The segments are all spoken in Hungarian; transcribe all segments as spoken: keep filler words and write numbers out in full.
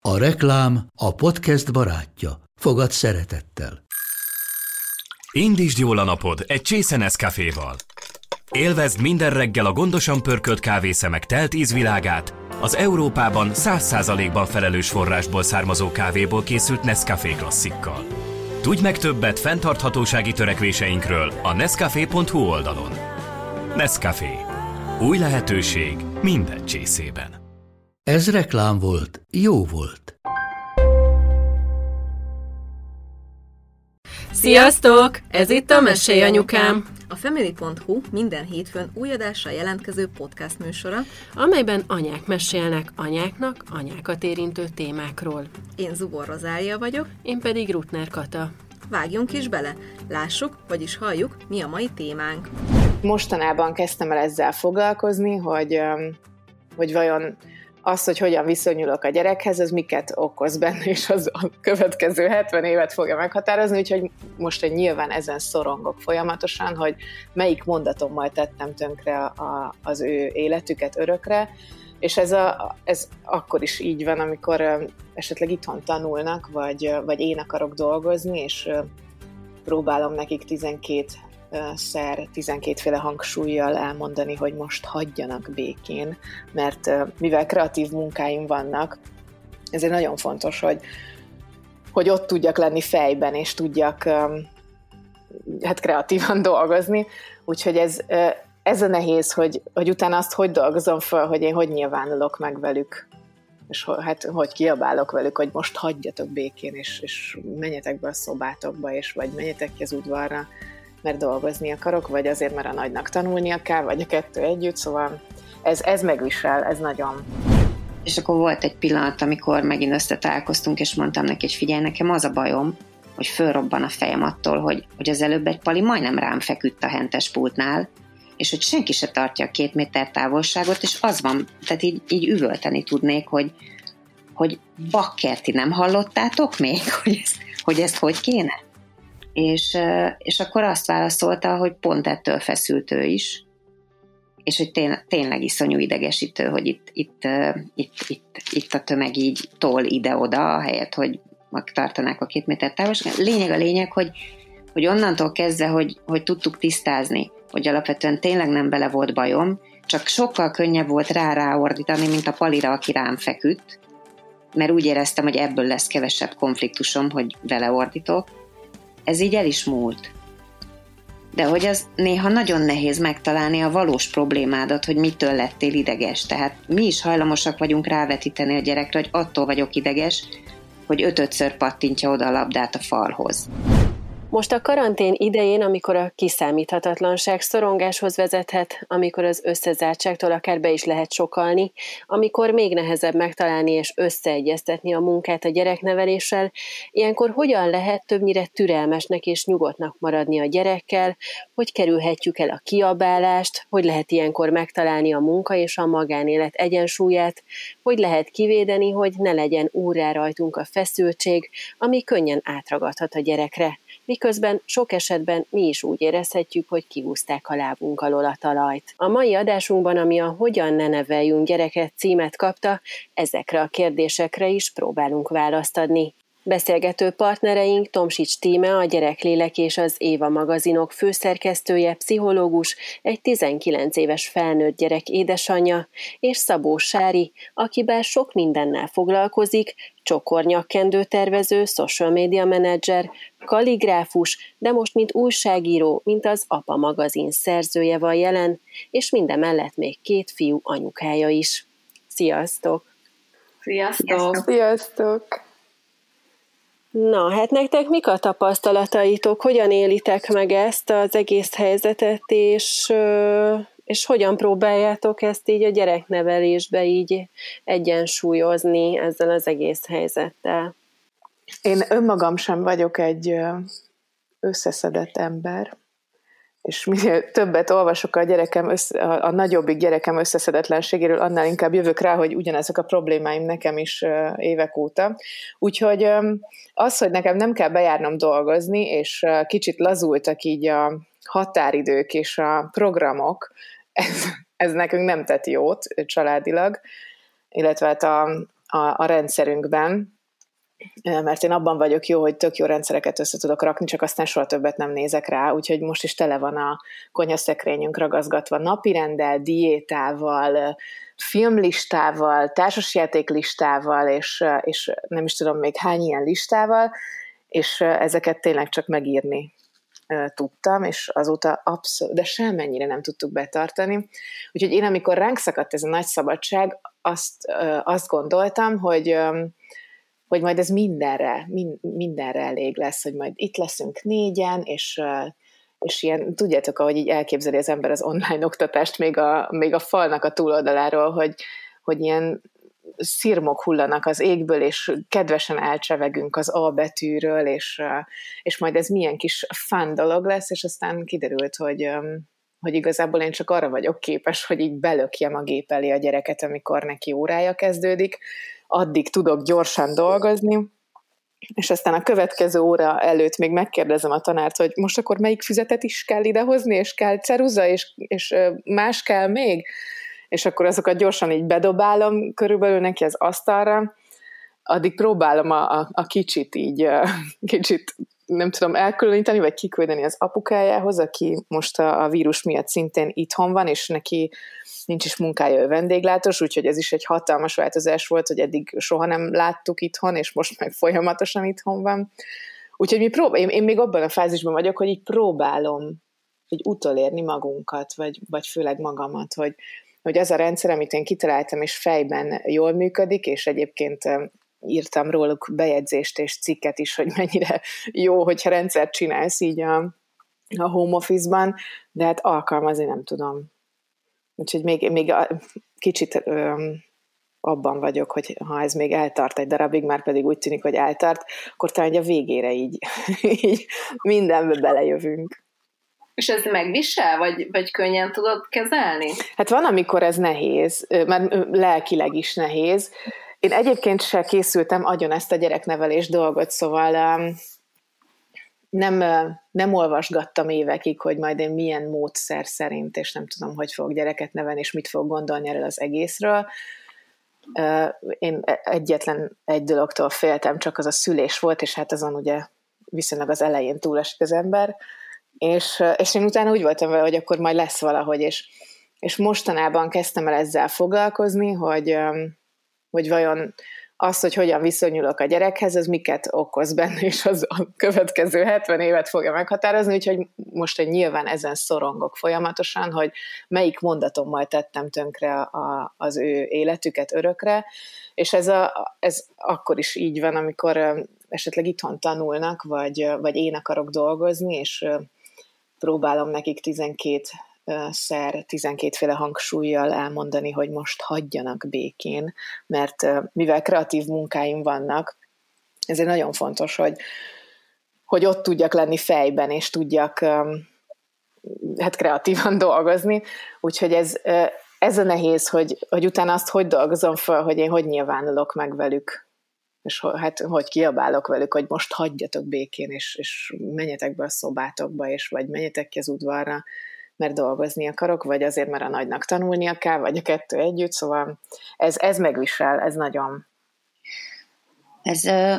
A reklám a podcast barátja. Fogad szeretettel. Indítsd jól a napod egy csésze Nescaféval. Élvezd minden reggel a gondosan pörkölt kávészemek telt ízvilágát, az Európában száz százalékban felelős forrásból származó kávéból készült Nescafé klasszikkal. Tudj meg többet fenntarthatósági törekvéseinkről a nescafé pont hu oldalon. Nescafé. Új lehetőség minden csészében. Ez reklám volt, jó volt. Sziasztok! Ez itt a Mesélj Anyukám! A Family pont hu minden hétfőn új adással jelentkező podcast műsora, amelyben anyák mesélnek anyáknak anyákat érintő témákról. Én Zubor Rozália vagyok, én pedig Rutner Kata. Vágjunk is bele, lássuk, vagyis halljuk, mi a mai témánk. Mostanában kezdtem el ezzel foglalkozni, hogy, hogy vajon az, hogy hogyan viszonyulok a gyerekhez, az miket okoz benne, és az a következő hetven évet fogja meghatározni, úgyhogy most egy nyilván ezen szorongok folyamatosan, hogy melyik mondatommal tettem tönkre a, az ő életüket örökre, és ez, a, ez akkor is így van, amikor esetleg itthon tanulnak, vagy, vagy én akarok dolgozni, és próbálom nekik tizenkét szer, tizenkétféle hangsúlyjal elmondani, hogy most hagyjanak békén, mert mivel kreatív munkáim vannak, ezért nagyon fontos, hogy, hogy ott tudjak lenni fejben, és tudjak hát kreatívan dolgozni, úgyhogy ez, ez a nehéz, hogy, hogy utána azt hogy dolgozom fel, hogy én hogy nyilvánulok meg velük, és hát hogy kiabálok velük, hogy most hagyjatok békén, és, és menjetek be a szobátokba, és vagy menjetek ki az udvarra, mert dolgozni akarok, vagy azért, mert a nagynak tanulnia kell, vagy a kettő együtt, szóval ez, ez megvisel, ez nagyon. És akkor volt egy pillanat, amikor megint összetalálkoztunk, és mondtam neki, hogy figyelj, nekem az a bajom, hogy fölrobban a fejem attól, hogy, hogy az előbb egy pali majdnem rám feküdt a hentes pultnál, és hogy senki se tartja a két méter távolságot, és az van, tehát így, így üvölteni tudnék, hogy, hogy bakker, ti nem hallottátok még, hogy ezt, hogy ezt hogy kéne? És, és akkor azt válaszolta, hogy pont ettől feszült ő is, és hogy tény, tényleg iszonyú idegesítő, hogy itt, itt, itt, itt, itt a tömeg így tol ide-oda, ahelyett, hogy megtartanák a két méter távolságot. Lényeg a lényeg, hogy, hogy onnantól kezdve, hogy, hogy tudtuk tisztázni, hogy alapvetően tényleg nem bele volt bajom, csak sokkal könnyebb volt rá ráordítani, mint a palira, aki rám feküdt, mert úgy éreztem, hogy ebből lesz kevesebb konfliktusom, hogy vele ordítok. Ez így el is múlt. De hogy az néha nagyon nehéz megtalálni a valós problémádat, hogy mitől lettél ideges. Tehát mi is hajlamosak vagyunk rávetíteni a gyerekre, hogy attól vagyok ideges, hogy ötödször pattintja oda a labdát a falhoz. Most a karantén idején, amikor a kiszámíthatatlanság szorongáshoz vezethet, amikor az összezártságtól akár be is lehet sokalni, amikor még nehezebb megtalálni és összeegyeztetni a munkát a gyerekneveléssel, ilyenkor hogyan lehet többnyire türelmesnek és nyugodtnak maradni a gyerekkel, hogy kerülhetjük el a kiabálást, hogy lehet ilyenkor megtalálni a munka és a magánélet egyensúlyát, hogy lehet kivédeni, hogy ne legyen úrrá rajtunk a feszültség, ami könnyen átragadhat a gyerekre. Miközben sok esetben mi is úgy érezhetjük, hogy kihúzták a lábunk alól a talajt. A mai adásunkban, ami a Hogyan ne neveljünk gyereket címet kapta, ezekre a kérdésekre is próbálunk választ adni. Beszélgető partnereink Tomsics Tíme, a Gyereklélek és az Éva magazinok főszerkesztője, pszichológus, egy tizenkilenc éves felnőtt gyerek édesanyja, és Szabó Sári, aki bár sok mindennel foglalkozik, csokornyakkendőtervező, social media menedzser, kalligráfus, de most mint újságíró, mint az Apa magazin szerzője van jelen, és mindemellett még két fiú anyukája is. Sziasztok! Sziasztok! Sziasztok! Na, hát nektek mik a tapasztalataitok, hogyan élitek meg ezt az egész helyzetet, és, és hogyan próbáljátok ezt így a gyereknevelésbe így egyensúlyozni ezzel az egész helyzettel? Én önmagam sem vagyok egy összeszedett ember, és minél többet olvasok a gyerekem, össze, a, a nagyobbik gyerekem összeszedetlenségéről, annál inkább jövök rá, hogy ugyanezek a problémáim nekem is uh, évek óta. Úgyhogy um, az, hogy nekem nem kell bejárnom dolgozni, és uh, kicsit lazultak így a határidők és a programok, ez, ez nekünk nem tett jót családilag, illetve hát a, a, a rendszerünkben, mert én abban vagyok jó, hogy tök jó rendszereket össze tudok rakni, csak aztán soha többet nem nézek rá, úgyhogy most is tele van a konyhaszekrényünk ragazgatva napirenddel, diétával, filmlistával, társasjátéklistával, és, és nem is tudom még hány ilyen listával, és ezeket tényleg csak megírni tudtam, és azóta abszolút, de semmennyire nem tudtuk betartani. Úgyhogy én, amikor ránk szakadt ez a nagy szabadság, azt, azt gondoltam, hogy hogy majd ez mindenre, min, mindenre elég lesz, hogy majd itt leszünk négyen, és, és ilyen, tudjátok, ahogy így elképzeli az ember az online oktatást még a, még a falnak a túloldaláról, hogy, hogy ilyen szirmok hullanak az égből, és kedvesen elcsevegünk az A betűről, és, és majd ez milyen kis fun dolog lesz, és aztán kiderült, hogy, hogy igazából én csak arra vagyok képes, hogy így belökjem a gép elé a gyereket, amikor neki órája kezdődik, addig tudok gyorsan dolgozni, és aztán a következő óra előtt még megkérdezem a tanárt, hogy most akkor melyik füzetet is kell idehozni, és kell ceruza, és, és más kell még, és akkor azokat gyorsan így bedobálom körülbelül neki az asztalra, addig próbálom a, a, a kicsit így, kicsit nem tudom elkülöníteni, vagy kiküldeni az apukájához, aki most a, a vírus miatt szintén itthon van, és neki nincs is munkája, ő vendéglátós, úgyhogy ez is egy hatalmas változás volt, hogy eddig soha nem láttuk itthon, és most meg folyamatosan itthon van. Úgyhogy mi prób- én, én még abban a fázisban vagyok, hogy így próbálom így utolérni magunkat, vagy, vagy főleg magamat, hogy, hogy az a rendszer, amit én kitaláltam, és fejben jól működik, és egyébként írtam róluk bejegyzést és cikket is, hogy mennyire jó, hogyha rendszert csinálsz így a, a home office-ban, de hát alkalmazni nem tudom. Úgyhogy még, még kicsit öm, abban vagyok, hogy ha ez még eltart egy darabig, már pedig úgy tűnik, hogy eltart, akkor talán a végére így, így mindenbe belejövünk. És ez megvisel, vagy, vagy könnyen tudod kezelni? Hát van, amikor ez nehéz, mert lelkileg is nehéz. Én egyébként se készültem agyon ezt a gyereknevelés dolgot, szóval um, nem, nem olvasgattam évekig, hogy majd én milyen módszer szerint, és nem tudom, hogy fogok gyereket nevelni, és mit fogok gondolni erről az egészről. Én egyetlen egy dologtól féltem, csak az a szülés volt, és hát azon ugye viszonylag az elején túlesik az ember, és, és én utána úgy voltam vele, hogy akkor majd lesz valahogy, és, és mostanában kezdtem el ezzel foglalkozni, hogy, hogy vajon az, hogy hogyan viszonyulok a gyerekhez, az miket okoz benne, és az a következő hetven évet fogja meghatározni, úgyhogy most egy nyilván ezen szorongok folyamatosan, hogy melyik mondatommal tettem tönkre a, az ő életüket örökre, és ez, a, ez akkor is így van, amikor esetleg itthon tanulnak, vagy, vagy én akarok dolgozni, és próbálom nekik tizenkét szer, tizenkétféle hangsúlyjal elmondani, hogy most hagyjanak békén, mert mivel kreatív munkáim vannak, ezért nagyon fontos, hogy, hogy ott tudjak lenni fejben, és tudjak hát kreatívan dolgozni, úgyhogy ez, ez a nehéz, hogy, hogy utána azt hogy dolgozom fel, hogy én hogy nyilvánulok meg velük, és hát hogy kiabálok velük, hogy most hagyjatok békén, és, és menjetek be a szobátokba, és vagy menjetek ki az udvarra, mert dolgozni akarok, vagy azért, mert a nagynak tanulnia kell, vagy a kettő együtt, szóval ez, ez megvisel, ez nagyon. Ez, ö,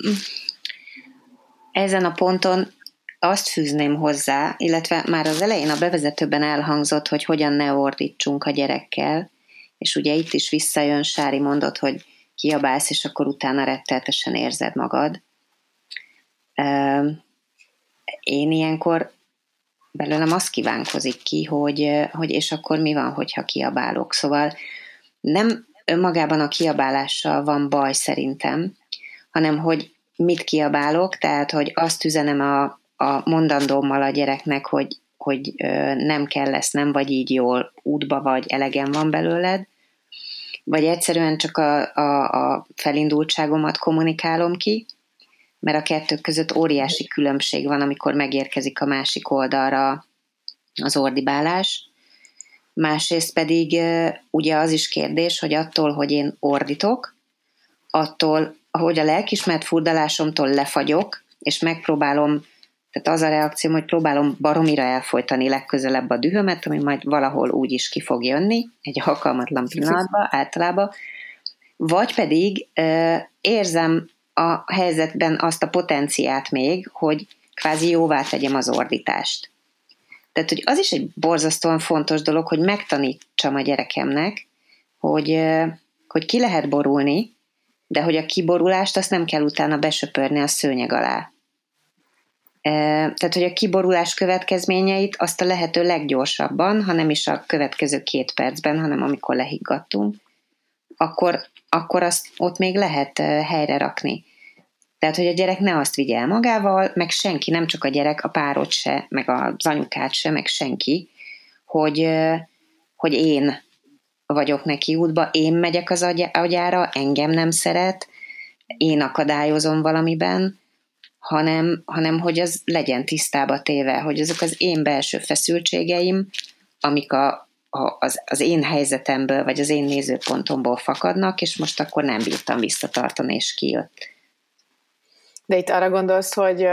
ezen a ponton azt fűzném hozzá, illetve már az elején a bevezetőben elhangzott, hogy hogyan ne ordítsunk a gyerekkel, és ugye itt is visszajön, Sári mondott, hogy kiabálsz, és akkor utána retteltesen érzed magad. Ö, én ilyenkor belőlem az kívánkozik ki, hogy, hogy és akkor mi van, hogyha kiabálok. Szóval nem önmagában a kiabálással van baj szerintem, hanem hogy mit kiabálok, tehát hogy azt üzenem a, a mondandómmal a gyereknek, hogy, hogy nem kell lesz, nem vagy így jól, útba vagy, elegem van belőled, vagy egyszerűen csak a, a, a felindultságomat kommunikálom ki, mert a kettő között óriási különbség van, amikor megérkezik a másik oldalra az ordibálás. Másrészt pedig ugye az is kérdés, hogy attól, hogy én ordítok, attól, ahogy a lelkiismert furdalásomtól lefagyok, és megpróbálom, tehát az a reakcióm, hogy próbálom baromira elfojtani legközelebb a dühömet, ami majd valahol úgy is ki fog jönni, egy alkalmatlan pillanatban, általában, vagy pedig ö, érzem a helyzetben azt a potenciát még, hogy kvázi jóvá tegyem az ordítást. Tehát, hogy az is egy borzasztóan fontos dolog, hogy megtanítsam a gyerekemnek, hogy, hogy ki lehet borulni, de hogy a kiborulást azt nem kell utána besöpörni a szőnyeg alá. Tehát, hogy a kiborulás következményeit azt a lehető leggyorsabban, ha nem is a következő két percben, hanem amikor lehiggadtunk, akkor, akkor azt ott még lehet helyre rakni. Tehát, hogy a gyerek ne azt vigye el magával, meg senki, nem csak a gyerek, a párod se, meg az anyukát se, meg senki, hogy, hogy én vagyok neki útba, én megyek az agyára, engem nem szeret, én akadályozom valamiben, hanem, hanem hogy az legyen tisztába téve, hogy azok az én belső feszültségeim, amik a, a, az, az én helyzetemből, vagy az én nézőpontomból fakadnak, és most akkor nem bírtam visszatartani, és kijött. De itt arra gondolsz, hogy,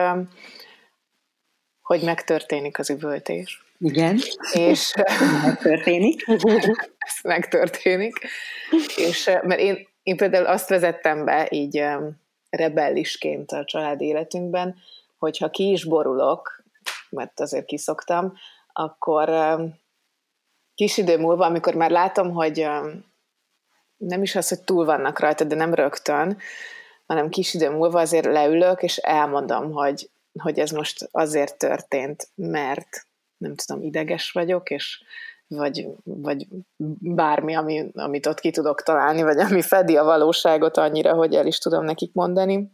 hogy megtörténik az üvöltés. Igen. És megtörténik. Ez megtörténik. És, mert én, én például azt vezettem be így rebellisként a családi életünkben, hogyha ki is borulok, mert azért kiszoktam, akkor kis idő múlva, amikor már látom, hogy nem is az, hogy túl vannak rajta, de nem rögtön, hanem kis idő múlva azért leülök, és elmondom, hogy, hogy ez most azért történt, mert nem tudom, ideges vagyok, és vagy, vagy bármi, ami, amit ott ki tudok találni, vagy ami fedi a valóságot annyira, hogy el is tudom nekik mondani.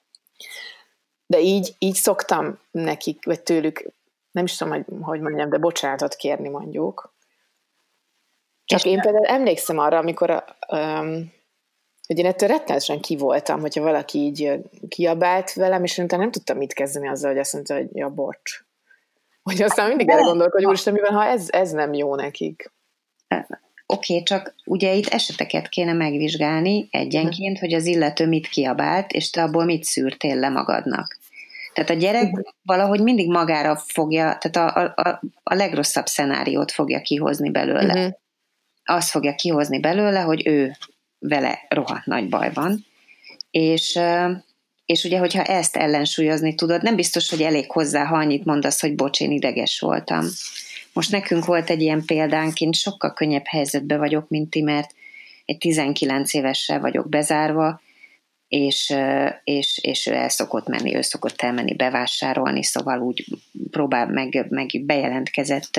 De így, így szoktam nekik, vagy tőlük, nem is tudom, hogy, hogy mondjam, de bocsánatot kérni mondjuk. Csak és én nem. Például emlékszem arra, amikor um, hogy én ettől rettenetesen ki voltam, hogyha valaki így kiabált velem, és utána nem tudtam mit kezdeni azzal, hogy azt mondta, hogy ja, bocs. Hogy aztán mindig erre gondolok, hogy úristen, mivel ha ez, ez nem jó nekik. Oké, okay, csak ugye itt eseteket kéne megvizsgálni egyenként, hogy az illető mit kiabált, és te abból mit szűrtél le magadnak. Tehát a gyerek valahogy mindig magára fogja, tehát a, a, a legrosszabb szenáriót fogja kihozni belőle. Uh-huh. Azt fogja kihozni belőle, hogy ő vele rohadt nagy baj van, és, és ugye, hogyha ezt ellensúlyozni tudod, nem biztos, hogy elég hozzá, ha annyit mondasz, hogy bocs, én ideges voltam. Most nekünk volt egy ilyen példánk, én sokkal könnyebb helyzetben vagyok, mint ti, mert egy tizenkilenc évessel vagyok bezárva, és, és, és ő el szokott menni, ő szokott elmenni bevásárolni, szóval úgy próbál meg, meg bejelentkezett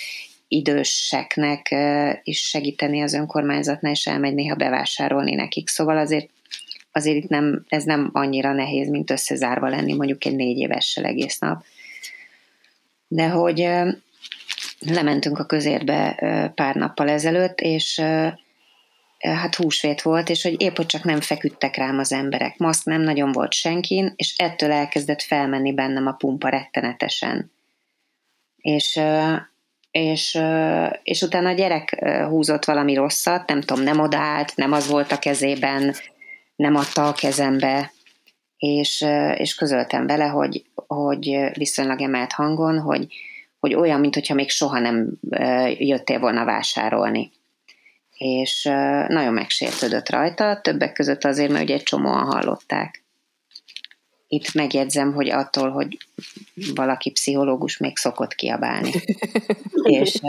időseknek is segíteni az önkormányzatnál, és elmegy néha bevásárolni nekik. Szóval azért, azért itt nem, ez nem annyira nehéz, mint összezárva lenni mondjuk egy négy évessel egész nap. De hogy lementünk a közérbe pár nappal ezelőtt, és hát húsvét volt, és hogy épp hogy csak nem feküdtek rám az emberek. Maszk nem nagyon volt senkin, és ettől elkezdett felmenni bennem a pumpa rettenetesen. És És, és utána a gyerek húzott valami rosszat, nem tudom, nem odállt, nem az volt a kezében, nem adta a kezembe, és, és közöltem vele, hogy, hogy viszonylag emelt hangon, hogy, hogy olyan, mintha még soha nem jöttél volna vásárolni. És nagyon megsértődött rajta, többek között azért, mert ugye egy csomóan hallották. Itt megjegyzem, hogy attól, hogy valaki pszichológus még szokott kiabálni. és,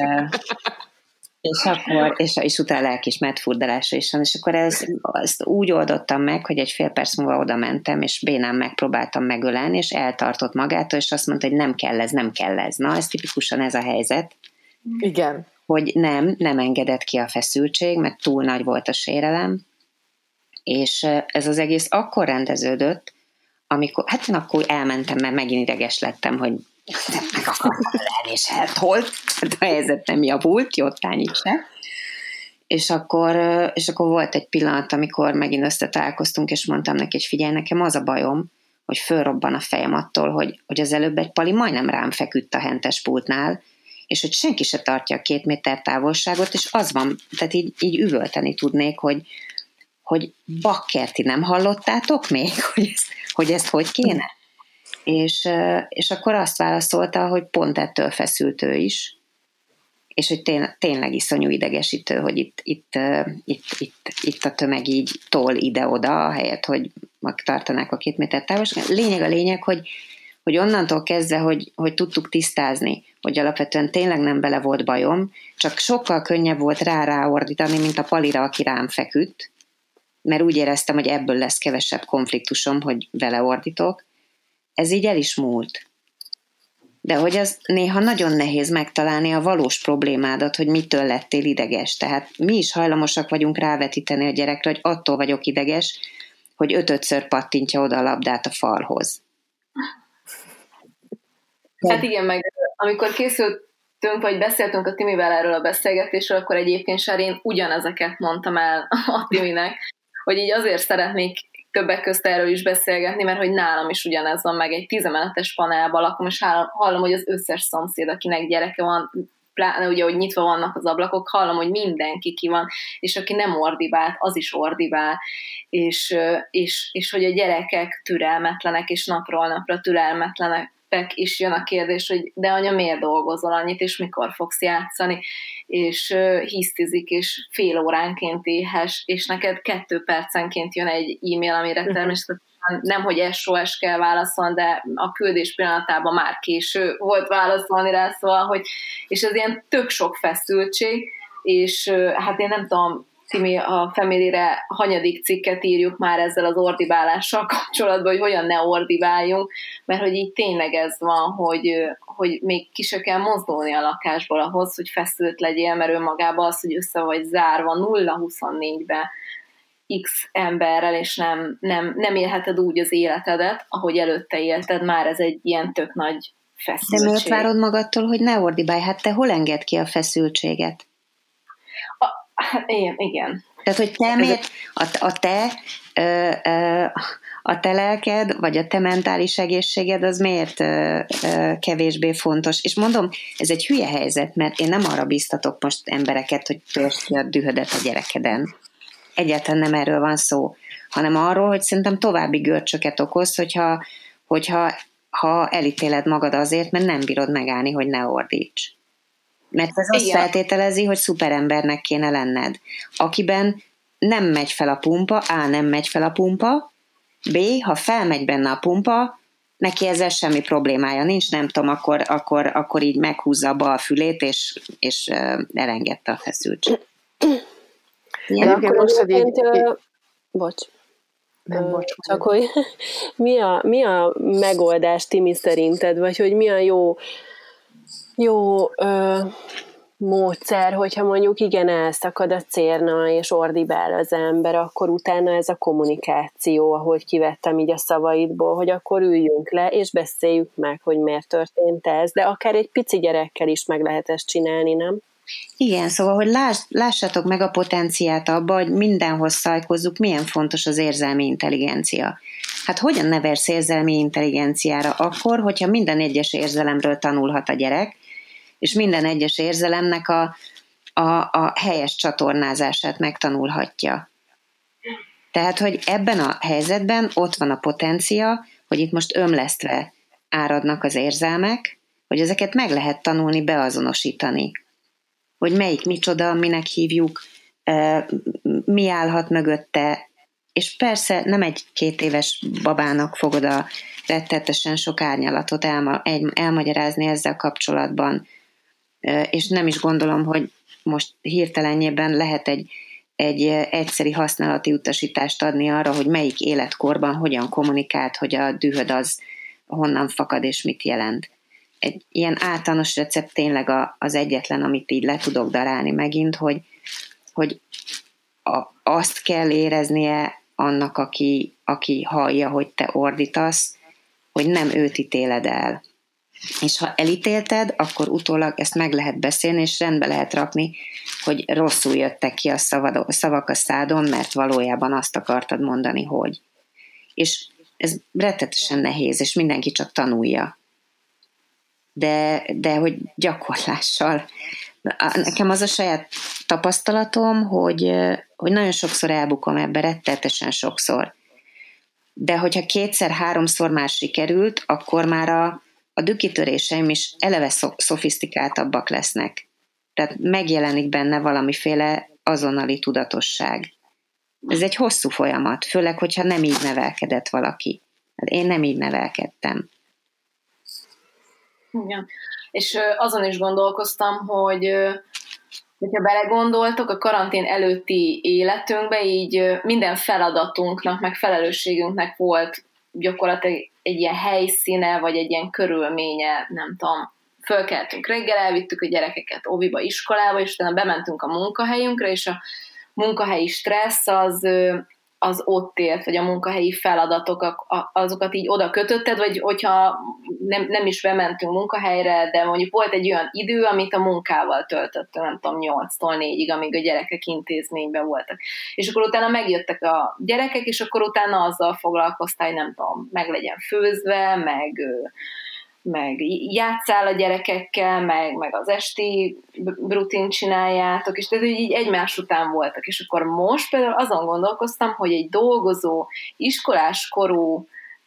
és akkor, és, és utána lelkiismeret furdalása is van, és akkor ez, ezt úgy oldottam meg, hogy egy fél perc múlva oda mentem, és bénán megpróbáltam megölelni, és eltartott magától, és azt mondta, hogy nem kell ez, nem kell ez. Na, ez tipikusan ez a helyzet. Igen. Hogy nem, nem engedett ki a feszültség, mert túl nagy volt a sérelem, és ez az egész akkor rendeződött, amikor, hát én akkor elmentem, mert megint ideges lettem, hogy meg akartam lenni, és eltolt, hát a helyzet nem javult, jottányig se. És akkor, és akkor volt egy pillanat, amikor megint összetalálkoztunk, és mondtam neki, hogy figyelj, nekem az a bajom, hogy fölrobban a fejem attól, hogy, hogy az előbb egy pali majdnem rám feküdt a hentes pultnál, és hogy senki se tartja a két méter távolságot, és az van, tehát így, így üvölteni tudnék, hogy hogy bakker, ti nem hallottátok még, hogy ezt hogy, ezt hogy kéne? És, és akkor azt válaszolta, hogy pont ettől feszült ő is, és hogy tény, tényleg iszonyú idegesítő, hogy itt, itt, itt, itt, itt a tömeg így tol ide-oda, ahelyett, hogy megtartanák a két méter távolságot. Lényeg a lényeg, hogy, hogy onnantól kezdve, hogy, hogy tudtuk tisztázni, hogy alapvetően tényleg nem bele volt bajom, csak sokkal könnyebb volt rá ráordítani, mint a Palira, aki rám feküdt, mert úgy éreztem, hogy ebből lesz kevesebb konfliktusom, hogy vele ordítok. Ez így el is múlt. De hogy az néha nagyon nehéz megtalálni a valós problémádat, hogy mitől lettél ideges. Tehát mi is hajlamosak vagyunk rávetíteni a gyerekre, hogy attól vagyok ideges, hogy ötödször pattintja oda a labdát a falhoz. Hát igen, meg amikor készültünk, vagy beszéltünk a Timivel erről a beszélgetésről, akkor egyébként Sárén ugyanezeket mondtam el a Timinek, hogy így azért szeretnék többek közt erről is beszélgetni, mert hogy nálam is ugyanez van, meg egy tízemeletes panelban lakom, és hallom, hogy az összes szomszéd, akinek gyereke van, pláne ugye, hogy nyitva vannak az ablakok, hallom, hogy mindenki ki van, és aki nem ordibál, az is ordibál, és, és, és hogy a gyerekek türelmetlenek, és napról napra türelmetlenek, és jön a kérdés, hogy de anya, miért dolgozol annyit, és mikor fogsz játszani, és uh, hisztizik, és fél óránként éhes, és neked kettő percenként jön egy e-mail, amire természetesen nem, hogy es o es kell válaszolni, de a küldés pillanatában már késő volt válaszolni rá, szóval, hogy, és ez ilyen tök sok feszültség, és uh, hát én nem tudom, Timi, a Family-re hanyadik cikket írjuk már ezzel az ordibálással kapcsolatban, hogy hogyan ne ordibáljunk, mert hogy így tényleg ez van, hogy, hogy még ki se kell mozdulni a lakásból ahhoz, hogy feszült legyél, mert önmagában az, hogy össze vagy zárva nulla huszonnégyben x emberrel, és nem, nem, nem élheted úgy az életedet, ahogy előtte élted, már ez egy ilyen tök nagy feszültség. De miért várod magadtól, hogy ne ordibálj? Hát te hol enged ki a feszültséget? Hát igen, igen. Tehát, hogy te miért, a, a te ö, ö, a te lelked, vagy a te mentális egészséged az miért ö, ö, kevésbé fontos? És mondom, ez egy hülye helyzet, mert én nem arra biztatok most embereket, hogy törst ki a dühödet a gyerekeden. Egyáltalán nem erről van szó, hanem arról, hogy szerintem további görcsöket okoz, hogyha, hogyha ha elítéled magad azért, mert nem bírod megállni, hogy ne ordíts. Mert ez azt Igen. feltételezi, hogy szuperembernek kéne lenned, akiben nem megy fel a pumpa, A. nem megy fel a pumpa, B. ha felmegy benne a pumpa, neki ezzel semmi problémája nincs, nem tudom, akkor, akkor, akkor így meghúzza a bal fülét, és, és uh, elengedte a feszültséget. Igen, akkor most, hogy így... Bocs. Nem, bocs. Csak hogy mi a, mi a megoldás, Timi, szerinted, vagy hogy mi a jó jó ö, módszer, hogyha mondjuk igen elszakad a cérna és ordibál az ember, akkor utána ez a kommunikáció, ahogy kivettem így a szavaidból, hogy akkor üljünk le és beszéljük meg, hogy miért történt ez, de akár egy pici gyerekkel is meg lehet ezt csinálni, nem? Igen, szóval, hogy láss, lássátok meg a potenciát abba, hogy mindenhoz szajkozzuk, milyen fontos az érzelmi intelligencia. Hát hogyan nevelsz érzelmi intelligenciára akkor, hogyha minden egyes érzelemről tanulhat a gyerek, és minden egyes érzelemnek a, a, a helyes csatornázását megtanulhatja. Tehát, hogy ebben a helyzetben ott van a potencia, hogy itt most ömlesztve áradnak az érzelmek, hogy ezeket meg lehet tanulni, beazonosítani. Hogy melyik micsoda, minek hívjuk, mi állhat mögötte, és persze nem egy két éves babának fogod a rettetesen sok árnyalatot elma, elmagyarázni ezzel kapcsolatban, és nem is gondolom, hogy most hirtelenjében lehet egy, egy egyszeri használati utasítást adni arra, hogy melyik életkorban hogyan kommunikált, hogy a dühöd az honnan fakad és mit jelent. Egy ilyen általános recept tényleg az egyetlen, amit így le tudok darálni megint, hogy, hogy a, azt kell éreznie annak, aki, aki hallja, hogy te ordítasz, hogy nem őt ítéled el. És ha elítélted, akkor utólag ezt meg lehet beszélni, és rendbe lehet rakni, hogy rosszul jöttek ki a szavak a szádon, mert valójában azt akartad mondani, hogy. És ez rettetesen nehéz, és mindenki csak tanulja. De, de hogy gyakorlással. Nekem az a saját tapasztalatom, hogy, hogy nagyon sokszor elbukom ebbe, rettetesen sokszor. De hogyha kétszer-háromszor már sikerült, akkor már a, a dükitöréseim is eleve szofisztikáltabbak lesznek. Tehát megjelenik benne valamiféle azonnali tudatosság. Ez egy hosszú folyamat, főleg, hogyha nem így nevelkedett valaki. Én nem így nevelkedtem. Igen. És azon is gondolkoztam, hogy hogyha belegondoltok, a karantén előtti életünkbe így minden feladatunknak, meg felelősségünknek volt gyakorlatilag egy ilyen helyszíne, vagy egy ilyen körülménye, nem tudom, fölkeltünk reggel, elvittük a gyerekeket óviba, iskolába, és utána bementünk a munkahelyünkre, és a munkahelyi stressz az, az ott élt, vagy a munkahelyi feladatok, azokat így oda kötötted, vagy hogyha nem, nem is bementünk munkahelyre, de mondjuk volt egy olyan idő, amit a munkával töltöttünk, nem tudom, nyolctól négyig, amíg a gyerekek intézményben voltak. És akkor utána megjöttek a gyerekek, és akkor utána azzal foglalkoztál, hogy nem tudom, meg legyen főzve, meg... meg játsszál a gyerekekkel, meg, meg az esti rutin csináljátok, és tehát így egymás után voltak. És akkor most például azon gondolkoztam, hogy egy dolgozó, iskoláskorú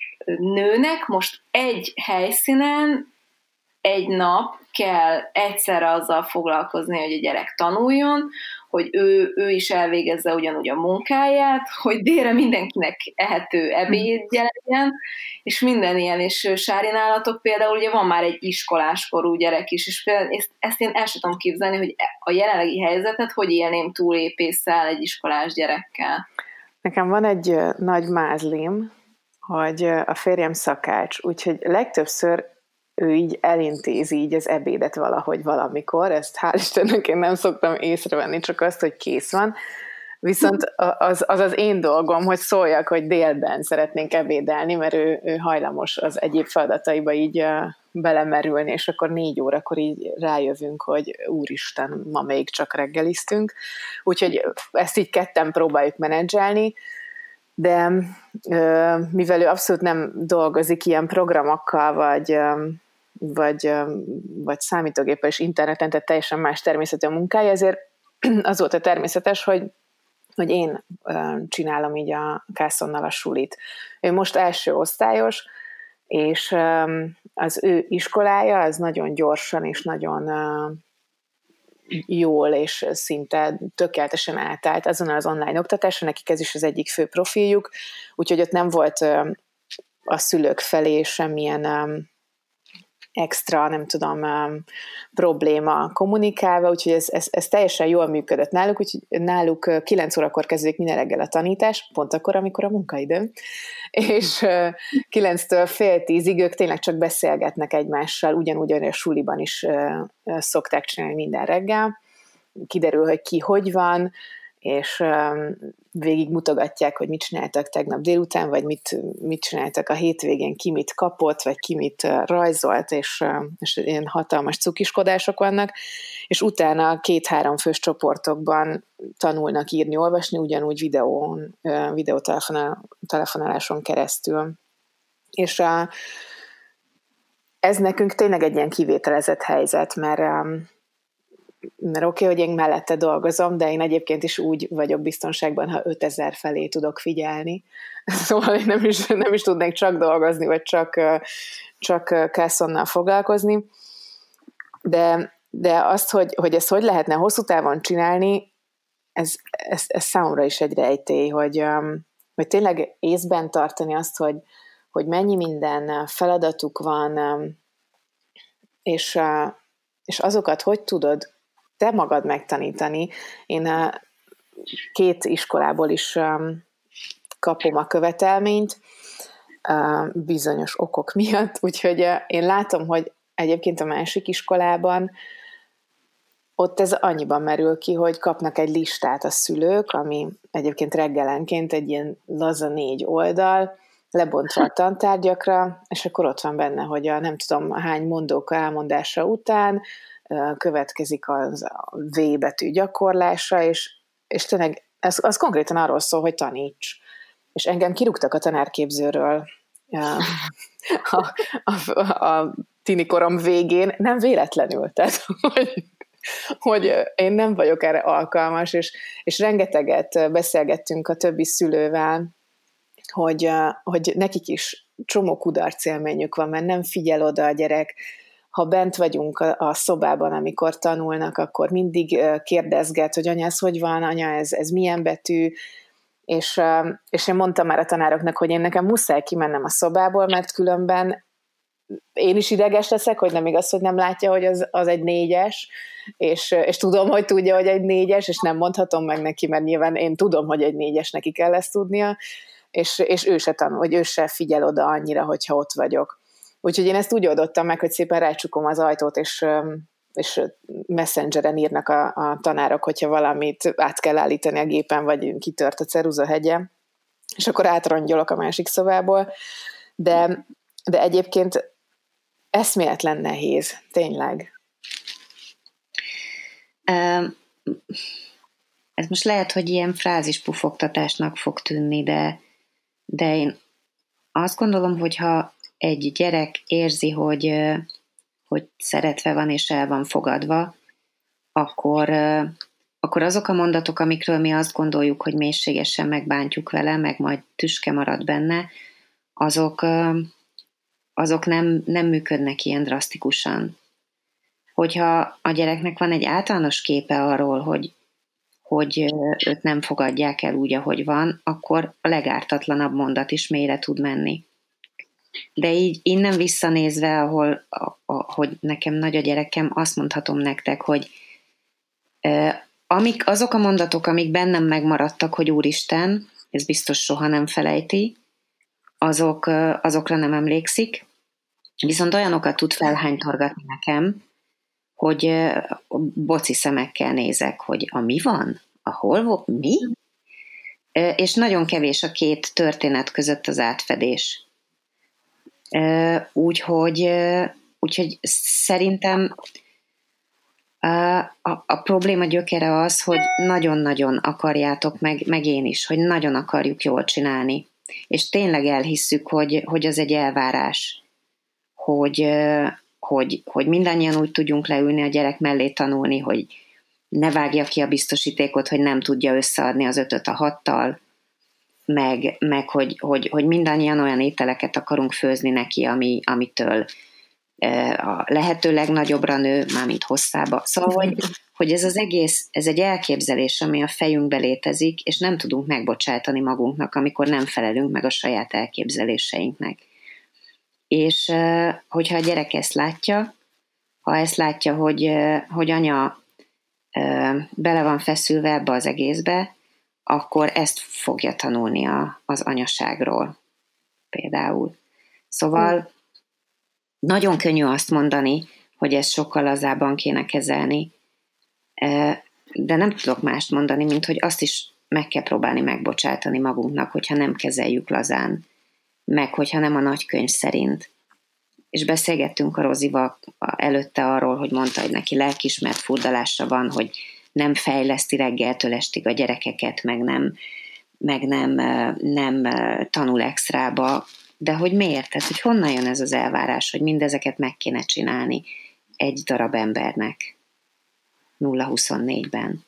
nőnek most egy helyszínen egy nap kell egyszerre azzal foglalkozni, hogy a gyerek tanuljon, hogy ő, ő is elvégezze ugyanúgy a munkáját, hogy délre mindenkinek ehető ebédje legyen, és minden ilyen, és Sári nálatok például ugye van már egy iskoláskorú gyerek is, és például ezt, ezt én el sem tudom képzelni, hogy a jelenlegi helyzetet hogy élném túl épésszel egy iskolás gyerekkel. Nekem van egy nagy mázlim, hogy a férjem szakács, úgyhogy legtöbbször ő így elintézi így az ebédet valahogy valamikor, ezt hál' Istennek én nem szoktam észrevenni, csak azt, hogy kész van. Viszont az az, az én dolgom, hogy szóljak, hogy délben szeretnénk ebédelni, mert ő, ő hajlamos az egyéb feladataiba így uh, belemerülni, és akkor négy órakor így rájövünk, hogy úristen, ma még csak reggeliztünk. Úgyhogy ezt így ketten próbáljuk menedzselni, de uh, mivel ő abszolút nem dolgozik ilyen programokkal, vagy, uh, vagy, uh, vagy számítógéppel és interneten, tehát teljesen más természetű a munkája, ezért az volt a természetes, hogy, hogy én uh, csinálom így a Kászonnal a sulit. Ő most első osztályos, és um, az ő iskolája az nagyon gyorsan és nagyon uh, jól és szinte tökéletesen átállt azon az online oktatásra, nekik ez is az egyik fő profiljuk, úgyhogy ott nem volt a szülők felé semmilyen extra, nem tudom, probléma kommunikálva, úgyhogy ez, ez, ez teljesen jól működött náluk, úgyhogy náluk kilenc órakor kezdődik minden reggel a tanítás, pont akkor, amikor a munkaidőm, és kilenctől fél tízig ők tényleg csak beszélgetnek egymással, ugyanúgy a suliban is szokták csinálni minden reggel, kiderül, hogy ki hogy van, és végig mutogatják, hogy mit csináltak tegnap délután, vagy mit, mit csináltak a hétvégén, ki mit kapott, vagy ki mit rajzolt, és, és ilyen hatalmas cukiskodások vannak, és utána két-három fős csoportokban tanulnak írni, olvasni, ugyanúgy videón, videótelefonáláson keresztül. És a, ez nekünk tényleg egy ilyen kivételezett helyzet, mert mert oké, okay, hogy én mellette dolgozom, de én egyébként is úgy vagyok biztonságban, ha ötezer felé tudok figyelni. Szóval én nem is, nem is tudnék csak dolgozni, vagy csak, csak Kászonnal foglalkozni. De, de azt, hogy, hogy ezt hogy lehetne hosszú távon csinálni, ez, ez, ez számomra is egy rejtély, hogy, hogy tényleg észben tartani azt, hogy, hogy mennyi minden feladatuk van, és, és azokat hogy tudod te magad megtanítani. Én két iskolából is kapom a követelményt bizonyos okok miatt, úgyhogy én látom, hogy egyébként a másik iskolában ott ez annyiban merül ki, hogy kapnak egy listát a szülők, ami egyébként reggelenként egy ilyen laza négy oldal, lebontva a tantárgyakra, és akkor ott van benne, hogy a nem tudom hány mondóka elmondása után következik az a V betű gyakorlása, és, és tényleg ez, az konkrétan arról szól, hogy taníts. És engem kirúgtak a tanárképzőről a, a, a, a tinikorom végén, nem véletlenül, tehát hogy, hogy én nem vagyok erre alkalmas, és, és rengeteget beszélgettünk a többi szülővel, hogy, hogy nekik is csomó kudarc élményük van, mert nem figyel oda a gyerek, ha bent vagyunk a, a szobában, amikor tanulnak, akkor mindig kérdezget, hogy anya, ez hogy van, anya, ez, ez milyen betű, és, és én mondtam már a tanároknak, hogy én nekem muszáj kimennem a szobából, mert különben én is ideges leszek, hogy nem igaz, hogy nem látja, hogy az, az egy négyes, és, és tudom, hogy tudja, hogy egy négyes, és nem mondhatom meg neki, mert nyilván én tudom, hogy egy négyes neki kell ezt tudnia, és, és ő se tanul, hogy ő se figyel oda annyira, hogyha ott vagyok. Úgyhogy én ezt úgy oldottam meg, hogy szépen rácsukom az ajtót, és, és Messengeren írnak a, a tanárok, hogyha valamit át kell állítani a gépen, vagy kitört a ceruzahegye, és akkor átrongyolok a másik szobából. De, de egyébként eszméletlen nehéz, tényleg. Ez most lehet, hogy ilyen frázispufogtatásnak fog tűnni, de, de én azt gondolom, hogyha egy gyerek érzi, hogy, hogy szeretve van és el van fogadva, akkor, akkor azok a mondatok, amikről mi azt gondoljuk, hogy mélységesen megbántjuk vele, meg majd tüske marad benne, azok, azok nem, nem működnek ilyen drasztikusan. Hogyha a gyereknek van egy általános képe arról, hogy, hogy őt nem fogadják el úgy, ahogy van, akkor a legártatlanabb mondat is mélyre tud menni. De így innen visszanézve, ahol, a, a, hogy nekem nagy a gyerekem, azt mondhatom nektek, hogy e, amik, azok a mondatok, amik bennem megmaradtak, hogy Úristen, ez biztos soha nem felejti, azok, azokra nem emlékszik, viszont olyanokat tud felhánytorgatni nekem, hogy boci szemekkel nézek, hogy a mi van? A hol volt? Mi? És nagyon kevés a két történet között az átfedés. Úgyhogy, úgyhogy szerintem a, a, a probléma gyökere az, hogy nagyon-nagyon akarjátok, meg, meg én is, hogy nagyon akarjuk jól csinálni. És tényleg elhisszük, hogy, hogy az egy elvárás, hogy, hogy, hogy mindannyian úgy tudjunk leülni a gyerek mellé tanulni, hogy ne vágja ki a biztosítékot, hogy nem tudja összeadni az ötöt a hattal, meg, meg hogy, hogy, hogy mindannyian olyan ételeket akarunk főzni neki, ami, amitől a lehető legnagyobbra nő, mármint hosszába. Szóval, hogy, hogy ez az egész, ez egy elképzelés, ami a fejünkbe létezik, és nem tudunk megbocsátani magunknak, amikor nem felelünk meg a saját elképzeléseinknek. És hogyha a gyerek ezt látja, ha ezt látja, hogy, hogy anya bele van feszülve ebbe az egészbe, akkor ezt fogja tanulni a, az anyaságról például. Szóval nagyon könnyű azt mondani, hogy ezt sokkal lazábban kéne kezelni, de nem tudok mást mondani, mint hogy azt is meg kell próbálni megbocsátani magunknak, hogyha nem kezeljük lazán, meg hogyha nem a nagykönyv szerint. És beszélgettünk a Rozival előtte arról, hogy mondta, hogy neki lelkiismert furdalása van, hogy nem fejleszti reggeltől estig a gyerekeket, meg nem, meg nem, nem tanul extrába, de hogy miért? Tehát, hogy honnan jön ez az elvárás, hogy mindezeket meg kéne csinálni egy darab embernek nulla huszonnégyben.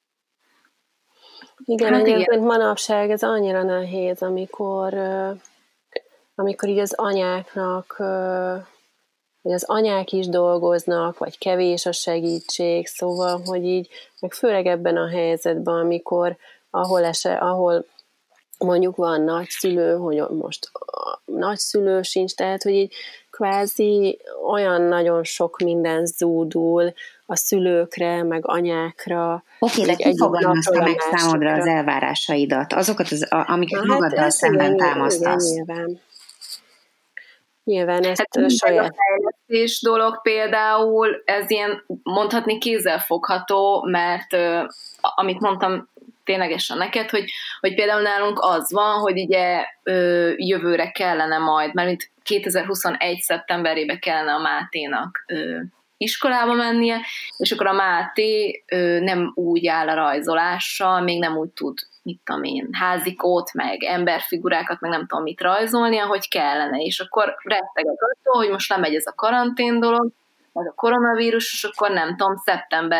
Igen, hát egyébként manapság ez annyira nehéz, amikor, amikor így az anyáknak, hogy az anyák is dolgoznak, vagy kevés a segítség, szóval, hogy így, meg főleg ebben a helyzetben, amikor, ahol, ese, ahol mondjuk van nagyszülő, hogy most a nagyszülő sincs, tehát, hogy így kvázi olyan nagyon sok minden zúdul a szülőkre, meg anyákra. Oké, de ki fogalmazta meg számodra az elvárásaidat? Azokat, az, amiket hát magaddal szemben támasztasz? Igen, nyilván. Nyilván ezt hát a saját... A fejlesztés dolog például, ez ilyen mondhatni kézzelfogható, mert uh, amit mondtam ténylegesen neked, hogy, hogy például nálunk az van, hogy ugye uh, jövőre kellene majd, mert mint kétezer-huszonegy szeptemberében kellene a Máténak uh, iskolába mennie, és akkor a Máté uh, nem úgy áll a rajzolással, még nem úgy tud, mit tudom én, házikót, meg emberfigurákat, meg nem tudom mit rajzolni, ahogy kellene, és akkor rettegek attól, hogy most lemegy ez a karantén dolog, meg a koronavírus, és akkor nem tudom, szeptember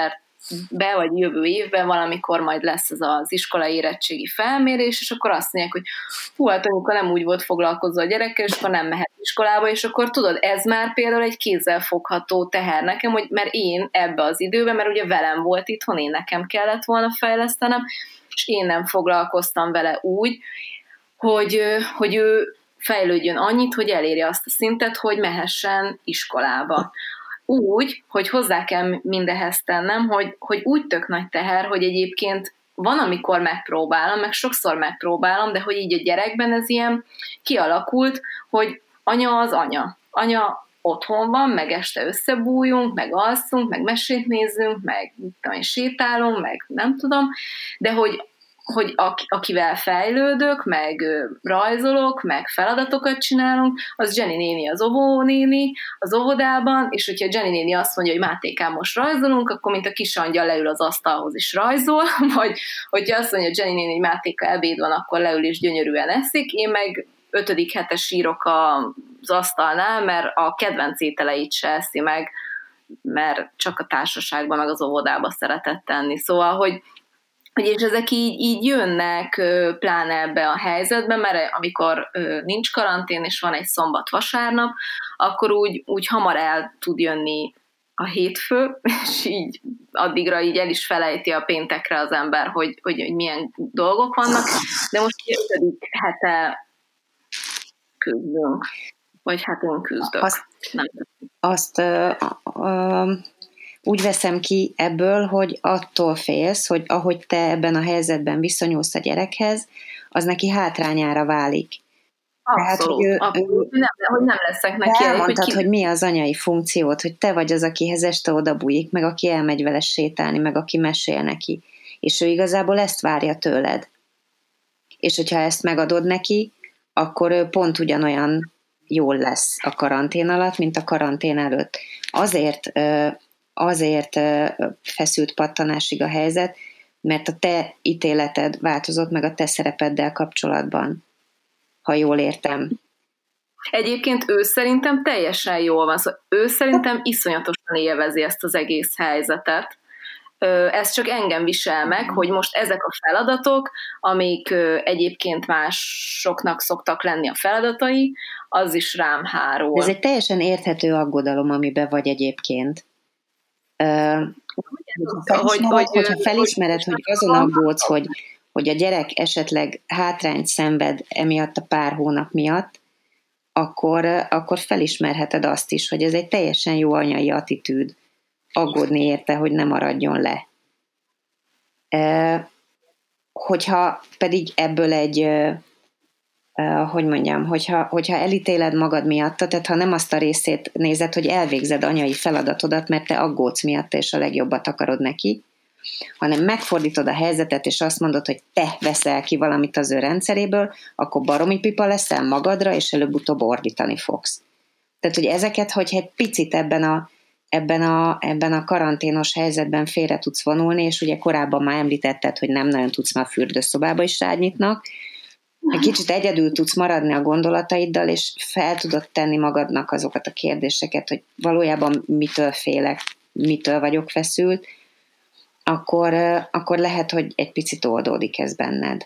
be, vagy jövő évben valamikor majd lesz ez az iskolai érettségi felmérés, és akkor azt mondják, hogy hú, hát anyuka nem úgy volt foglalkozva a gyerekkel, és akkor nem mehet iskolába, és akkor tudod, ez már például egy kézzelfogható teher nekem, hogy mert én ebbe az időben, mert ugye velem volt itthon, én nekem kellett volna fejlesztenem, és én nem foglalkoztam vele úgy, hogy, hogy ő fejlődjön annyit, hogy elérje azt a szintet, hogy mehessen iskolába. Úgy, hogy hozzá kell mindehez tennem, hogy, hogy úgy tök nagy teher, hogy egyébként van, amikor megpróbálom, meg sokszor megpróbálom, de hogy így a gyerekben ez ilyen kialakult, hogy anya az anya. Anya otthon van, meg este összebújunk, meg alszunk, meg mesét nézzünk, meg tudom, sétálunk, meg nem tudom, de hogy hogy akivel fejlődök, meg rajzolok, meg feladatokat csinálunk, az Jenny néni az óvónéni az óvodában, és hogyha Jenny néni azt mondja, hogy Mátékám, most rajzolunk, akkor mint a kis angyal leül az asztalhoz is rajzol, vagy hogyha azt mondja Jenny néni, hogy Mátéka ebéd van, akkor leül és gyönyörűen eszik, én meg ötödik hete sírok az asztalnál, mert a kedvenc ételeit se eszi meg, mert csak a társaságban, meg az óvodába szeretett tenni. Szóval, hogy és ezek így, így jönnek pláne ebbe a helyzetbe, mert amikor nincs karantén, és van egy szombat-vasárnap, akkor úgy, úgy hamar el tud jönni a hétfő, és így addigra így el is felejti a péntekre az ember, hogy, hogy, hogy milyen dolgok vannak, de most ötödik hete küzdünk, vagy hát én küzdök. Azt, Nem. azt uh, uh, úgy veszem ki ebből, hogy attól félsz, hogy ahogy te ebben a helyzetben viszonyulsz a gyerekhez, az neki hátrányára válik. Abszolút, Tehát, hogy, ő, abszolút. Nem, hogy nem leszek neki. Elmondtad, hogy, ki... hogy mi az anyai funkciót, hogy te vagy az, akihez este odabújik, meg aki elmegy vele sétálni, meg aki mesél neki. És ő igazából ezt várja tőled. És hogyha ezt megadod neki, akkor ő pont ugyanolyan jól lesz a karantén alatt, mint a karantén előtt. Azért... azért feszült pattanásig a helyzet, mert a te ítéleted változott meg a te szerepeddel kapcsolatban, ha jól értem. Egyébként ő szerintem teljesen jól van, szóval ő szerintem iszonyatosan élvezi ezt az egész helyzetet. Ez csak engem visel meg, hogy most ezek a feladatok, amik egyébként másoknak szoktak lenni a feladatai, az is rám hárul. Ez egy teljesen érthető aggodalom, amiben vagy egyébként. Uh, hogy, hogy, hogyha felismered, hogy azon aggódsz, hogy, hogy a gyerek esetleg hátrányt szenved emiatt a pár hónap miatt, akkor, akkor felismerheted azt is, hogy ez egy teljesen jó anyai attitűd, aggódni érte, hogy ne maradjon le. Uh, hogyha pedig ebből egy Uh, hogy mondjam, hogyha, hogyha elítéled magad miatta, tehát ha nem azt a részét nézed, hogy elvégzed anyai feladatodat, mert te aggódsz miatta, és a legjobbat akarod neki, hanem megfordítod a helyzetet, és azt mondod, hogy te veszel ki valamit az ő rendszeréből, akkor baromi pipa leszel magadra, és előbb-utóbb ordítani fogsz. Tehát, hogy ezeket, hogyha egy picit ebben a, ebben a, ebben a karanténos helyzetben félre tudsz vonulni, és ugye korábban már említetted, hogy nem nagyon tudsz már a fürdőszobába is rád egy kicsit egyedül tudsz maradni a gondolataiddal, és fel tudod tenni magadnak azokat a kérdéseket, hogy valójában mitől félek, mitől vagyok feszült, akkor, akkor lehet, hogy egy picit oldódik ez benned.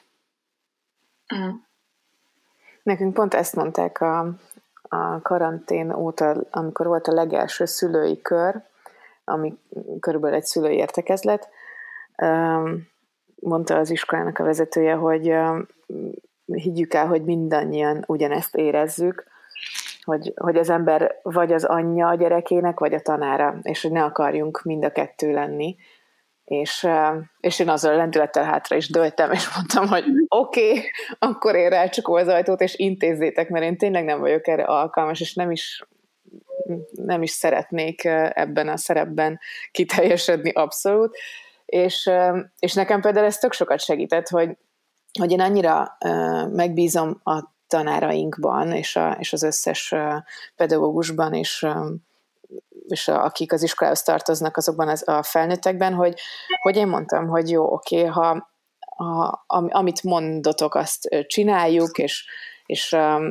Nekünk pont ezt mondták a, a karantén óta, amikor volt a legelső szülői kör, ami körülbelül egy szülői értekezlet, mondta az iskolának a vezetője, hogy higgyük el, hogy mindannyian ugyanezt érezzük, hogy, hogy az ember vagy az anyja a gyerekének, vagy a tanára, és hogy ne akarjunk mind a kettő lenni. És, és én azzal a lendülettel hátra is dőltem, és mondtam, hogy oké, okay, akkor én rácsukom az ajtót, és intézzétek, mert én tényleg nem vagyok erre alkalmas, és nem is, nem is szeretnék ebben a szerepben kiteljesedni abszolút. És, és nekem például ez tök sokat segített, hogy hogy én annyira uh, megbízom a tanárainkban, és, a, és az összes uh, pedagógusban, és, um, és a, akik az iskolához tartoznak, azokban az, a felnőttekben, hogy, hogy én mondtam, hogy jó, oké, okay, ha, ha am, amit mondotok, azt csináljuk, és, és um,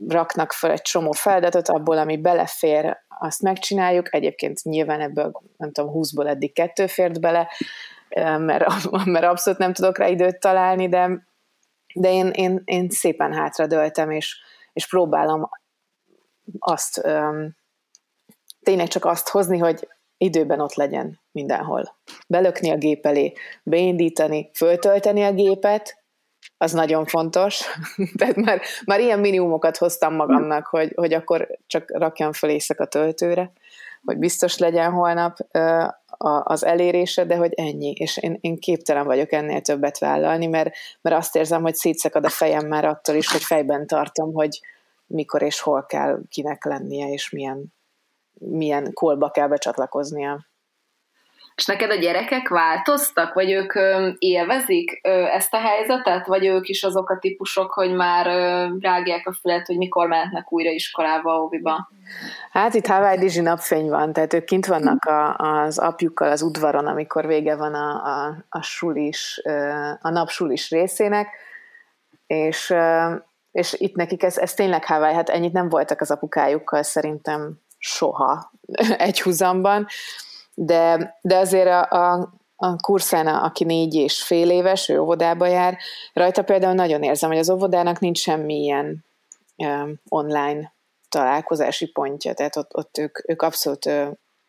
raknak fel egy csomó feladatot, abból, ami belefér, azt megcsináljuk. Egyébként nyilván ebből, nem tudom, húszból eddig kettő fért bele, mert, mert abszolút nem tudok rá időt találni, de, de én, én, én szépen hátradőltem, és, és próbálom azt, tényleg csak azt hozni, hogy időben ott legyen mindenhol. Belökni a gép elé, beindítani, föltölteni a gépet, az nagyon fontos. Tehát már, már ilyen minimumokat hoztam magamnak, hogy, hogy akkor csak rakjam fel éjszaka töltőre, hogy biztos legyen holnap az elérése, de hogy ennyi. És én, én képtelen vagyok ennél többet vállalni, mert, mert azt érzem, hogy szétszakad a fejem már attól is, hogy fejben tartom, hogy mikor és hol kell kinek lennie, és milyen, milyen kolba kell becsatlakoznia. És neked a gyerekek változtak? Vagy ők ö, élvezik ö, ezt a helyzetet? Vagy ők is azok a típusok, hogy már ö, rágják a fület, hogy mikor mehetnek újra iskolába, óviba? Hát itt Hawaii Dizsi napfény van, tehát ők kint vannak a, az apjukkal az udvaron, amikor vége van a, a, a sulis, a napsulis részének, és, és itt nekik ez, ez tényleg Hawaii, hát ennyit nem voltak az apukájukkal szerintem soha egy húzamban, de, de azért a, a, a Kurszána, aki négy és fél éves, ő óvodába jár, rajta például nagyon érzem, hogy az óvodának nincs semmilyen um, online találkozási pontja, tehát ott, ott ők, ők abszolút uh,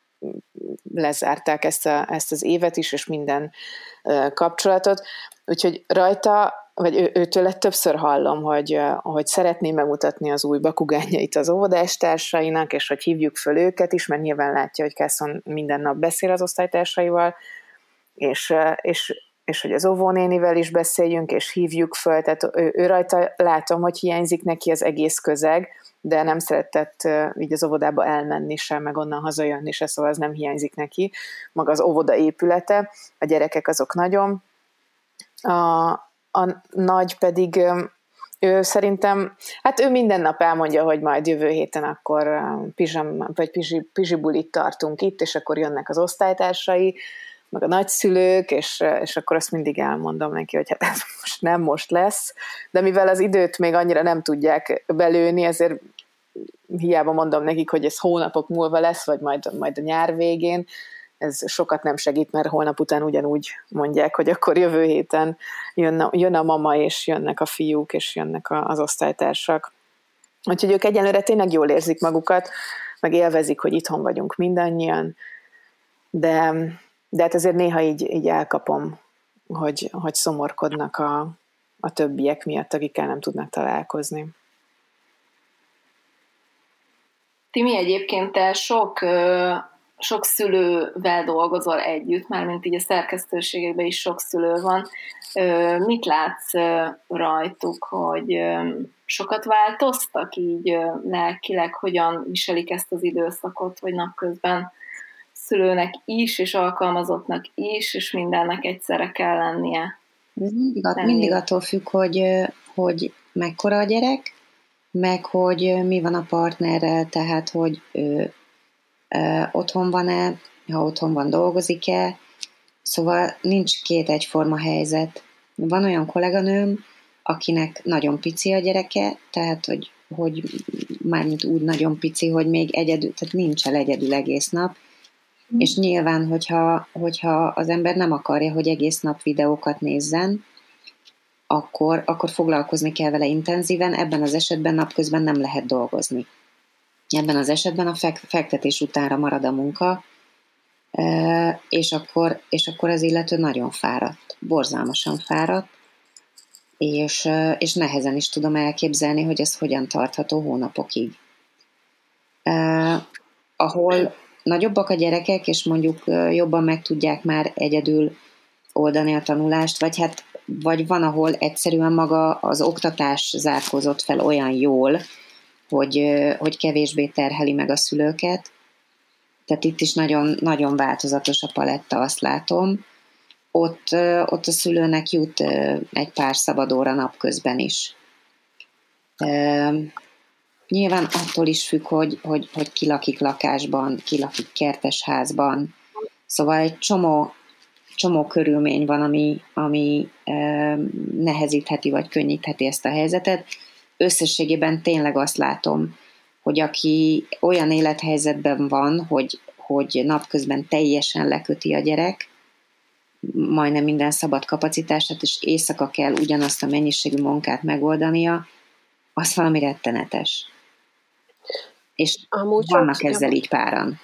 lezárták ezt, a, ezt az évet is, és minden uh, kapcsolatot, úgyhogy rajta, vagy ő, őtől többször hallom, hogy, uh, hogy szeretné megmutatni az új bakugányait az óvodástársainak, és hogy hívjuk föl őket is, mert nyilván látja, hogy Casson minden nap beszél az osztálytársaival, és, uh, és és hogy az óvónénivel is beszéljünk, és hívjuk föl, tehát ő, ő rajta látom, hogy hiányzik neki az egész közeg, de nem szeretett így az óvodába elmenni sem, meg onnan hazajönni se, szóval az nem hiányzik neki. Maga az óvoda épülete, a gyerekek azok nagyon. A, a nagy pedig, ő szerintem, hát ő minden nap elmondja, hogy majd jövő héten akkor pizsam, vagy pizsi, pizsibulit tartunk itt, és akkor jönnek az osztálytársai, meg a nagyszülők, és, és akkor azt mindig elmondom neki, hogy hát ez most nem most lesz, de mivel az időt még annyira nem tudják belőni, ezért hiába mondom nekik, hogy ez hónapok múlva lesz, vagy majd, majd a nyár végén, ez sokat nem segít, mert holnap után ugyanúgy mondják, hogy akkor jövő héten jön a, jön a mama, és jönnek a fiúk, és jönnek a, az osztálytársak. Úgyhogy ők egyelőre tényleg jól érzik magukat, meg élvezik, hogy itthon vagyunk mindannyian, de De hát azért néha így, így elkapom, hogy, hogy szomorkodnak a, a többiek miatt, akikkel nem tudnak találkozni. Timi, egyébként te sok, sok szülővel dolgozol együtt, mármint így a szerkesztőségekben is sok szülő van. Mit látsz rajtuk, hogy sokat változtak így lelkileg, hogyan viselik ezt az időszakot, vagy napközben szülőnek is, és alkalmazottnak is, és mindennek egyszerre kell lennie. Mindig, att, mindig attól függ, hogy, hogy mekkora a gyerek, meg hogy mi van a partnerrel, tehát hogy ő ö, otthon van-e, ha otthon van, dolgozik-e, szóval nincs két egyforma helyzet. Van olyan kolléganőm, akinek nagyon pici a gyereke, tehát hogy, hogy mármint úgy nagyon pici, hogy még egyedül, tehát nincs el egyedül egész nap, és nyilván, hogyha, hogyha az ember nem akarja, hogy egész nap videókat nézzen, akkor, akkor foglalkozni kell vele intenzíven, ebben az esetben napközben nem lehet dolgozni. Ebben az esetben a fektetés utánra marad a munka, és akkor, és akkor az illető nagyon fáradt, borzalmasan fáradt, és, és nehezen is tudom elképzelni, hogy ez hogyan tartható hónapokig. Ahol nagyobbak a gyerekek, és mondjuk jobban meg tudják már egyedül oldani a tanulást, vagy hát vagy van, ahol egyszerűen maga az oktatás zárkózott fel olyan jól, hogy, hogy kevésbé terheli meg a szülőket. Tehát itt is nagyon, nagyon változatos a paletta, azt látom. Ott, ott a szülőnek jut egy pár szabad óra napközben is. Nyilván attól is függ, hogy, hogy, hogy ki lakik lakásban, ki lakik kertesházban. Szóval egy csomó, csomó körülmény van, ami, ami eh, nehezítheti vagy könnyítheti ezt a helyzetet. összességében tényleg azt látom, hogy aki olyan élethelyzetben van, hogy, hogy napközben teljesen leköti a gyerek, majdnem minden szabad kapacitását, és éjszaka kell ugyanazt a mennyiségű munkát megoldania, az valami rettenetes. És Amúgy vannak sok, ezzel így páran.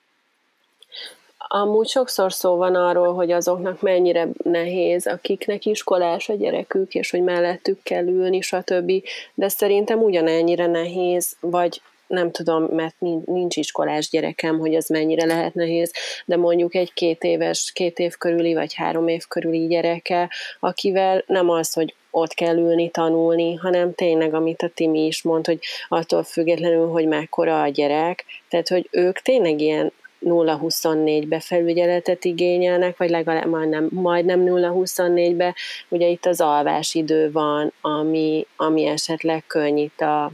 Amúgy sokszor szó van arról, hogy azoknak mennyire nehéz, akiknek iskolás a gyerekük, és hogy mellettük kell ülni, stb. De szerintem ugyanennyire nehéz, vagy nem tudom, mert nincs iskolás gyerekem, hogy az mennyire lehet nehéz, de mondjuk egy két éves, két év körüli, vagy három év körüli gyereke, akivel nem az, hogy ott kell ülni, tanulni, hanem tényleg, amit a Timi is mond, hogy attól függetlenül, hogy mekkora a gyerek, tehát, hogy ők tényleg ilyen nulla huszonnégybe felügyeletet igényelnek, vagy legalább majdnem, majdnem nulla huszonnégybe, ugye itt az alvásidő van, ami, ami esetleg könnyít a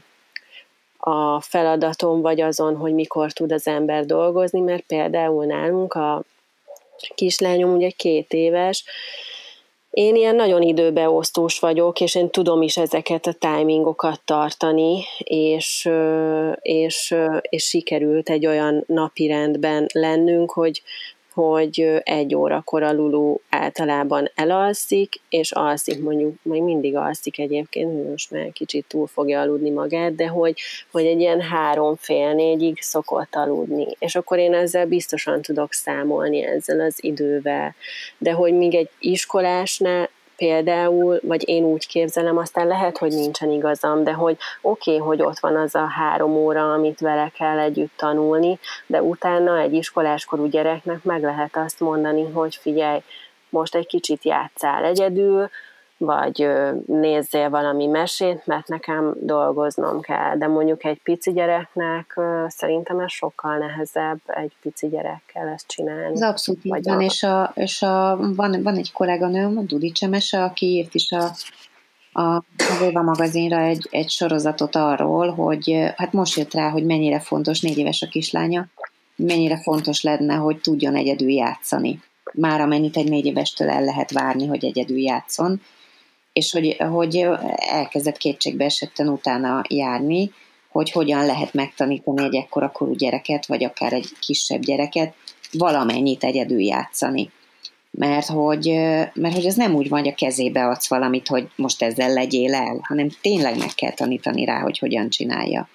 a feladaton, vagy azon, hogy mikor tud az ember dolgozni, mert például nálunk a kislányom ugye két éves, én ilyen nagyon időbeosztós vagyok, és én tudom is ezeket a timingokat tartani, és, és, és sikerült egy olyan napirendben lennünk, hogy hogy egy órakor a Lulu általában elalszik, és alszik, mondjuk, még mindig alszik egyébként, most már kicsit túl fogja aludni magát, de hogy, hogy egy ilyen három fél négyig szokott aludni. És akkor én ezzel biztosan tudok számolni ezzel az idővel. De hogy még egy iskolásnál például, vagy én úgy képzelem, aztán lehet, hogy nincsen igazam, de hogy oké, okay, hogy ott van az a három óra, amit vele kell együtt tanulni, de utána egy iskoláskorú gyereknek meg lehet azt mondani, hogy figyelj, most egy kicsit játsszál egyedül, vagy nézzél valami mesét, mert nekem dolgoznom kell. De mondjuk egy pici gyereknek szerintem ez sokkal nehezebb egy pici gyerekkel ezt csinálni. Ez abszolút így van, és, a, és a, van, van egy kolléganőm, a Dudi Csemese, aki írt is a, a, a Véva magazinra egy, egy sorozatot arról, hogy hát most jött rá, hogy mennyire fontos, négy éves a kislánya, mennyire fontos lenne, hogy tudjon egyedül játszani. Már amennyit egy négy évestől el lehet várni, hogy egyedül játszon, és hogy, hogy elkezdett kétségbe esetten utána járni, hogy hogyan lehet megtanítani egy ekkora korú gyereket, vagy akár egy kisebb gyereket valamennyit egyedül játszani. Mert hogy, mert hogy ez nem úgy van, hogy a kezébe adsz valamit, hogy most ezzel legyél el, hanem tényleg meg kell tanítani rá, hogy hogyan csinálja.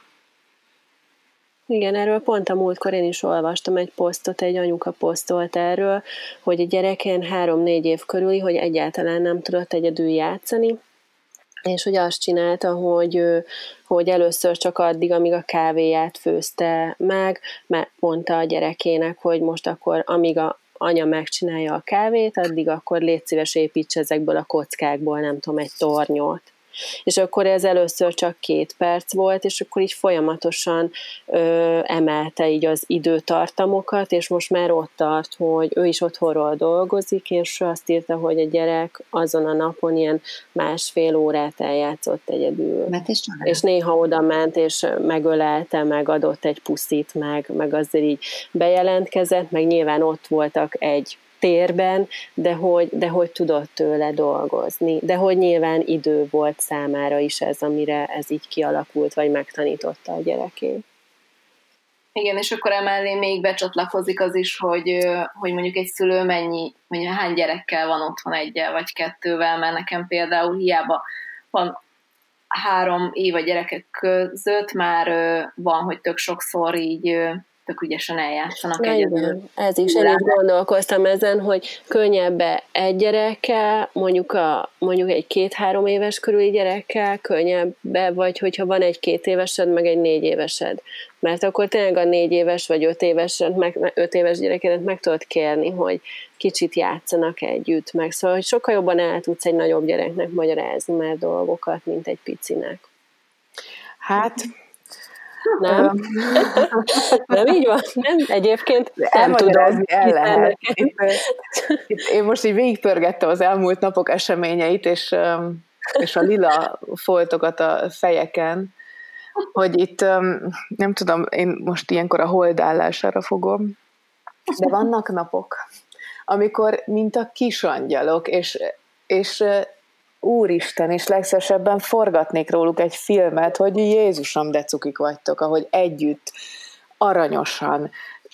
Igen, erről pont a múltkor én is olvastam egy posztot, egy anyuka posztolt erről, hogy a gyereken három-négy év körüli, hogy egyáltalán nem tudott egyedül játszani, és hogy azt csinálta, hogy, hogy először csak addig, amíg a kávéját főzte meg, mert mondta a gyerekének, hogy most akkor, amíg a anya megcsinálja a kávét, addig akkor légy szíves, építs ezekből a kockákból, nem tudom, egy tornyot. És akkor ez először csak két perc volt, és akkor így folyamatosan ö, emelte így az időtartamokat, és most már ott tart, hogy ő is otthonról dolgozik, és azt írta, hogy a gyerek azon a napon ilyen másfél órát eljátszott egyedül. És néha oda ment, és megölelte, meg adott egy puszit, meg, meg azért így bejelentkezett, meg nyilván ott voltak egy térben, de hogy, de hogy tudott tőle dolgozni. De hogy nyilván idő volt számára is ez, amire ez így kialakult, vagy megtanította a gyerekét. Igen, és akkor emellé még becsatlakozik az is, hogy, hogy mondjuk egy szülő mennyi, mondjuk hány gyerekkel van otthon egyel, vagy kettővel, mert nekem például hiába van három év a gyerekek között, már van, hogy tök sokszor így tök ügyesen eljátszanak egyedül. Ez is, én is gondolkoztam ezen, hogy könnyebb egy gyerekkel, mondjuk, a, mondjuk egy két-három éves körüli gyerekkel, könnyebb, vagy hogyha van egy két évesed, meg egy négy évesed. Mert akkor tényleg a négy éves vagy öt éves, meg, öt éves gyerekedet meg tudod kérni, hogy kicsit játszanak együtt, meg szóval, hogy sokkal jobban el tudsz egy nagyobb gyereknek magyarázni már dolgokat, mint egy picinek. Hát... Nem? Nem így van? Nem? Egyébként nem tudom. El lehet. Itt, itt, én most így végigpörgettem az elmúlt napok eseményeit, és, és a lila foltokat a fejeken, hogy itt, nem tudom, én most ilyenkor a holdállására fogom, de vannak napok, amikor mint a kisangyalok, és, és úristen, és legszívesebben forgatnék róluk egy filmet, hogy Jézusom, de cukik vagytok, ahogy együtt, aranyosan,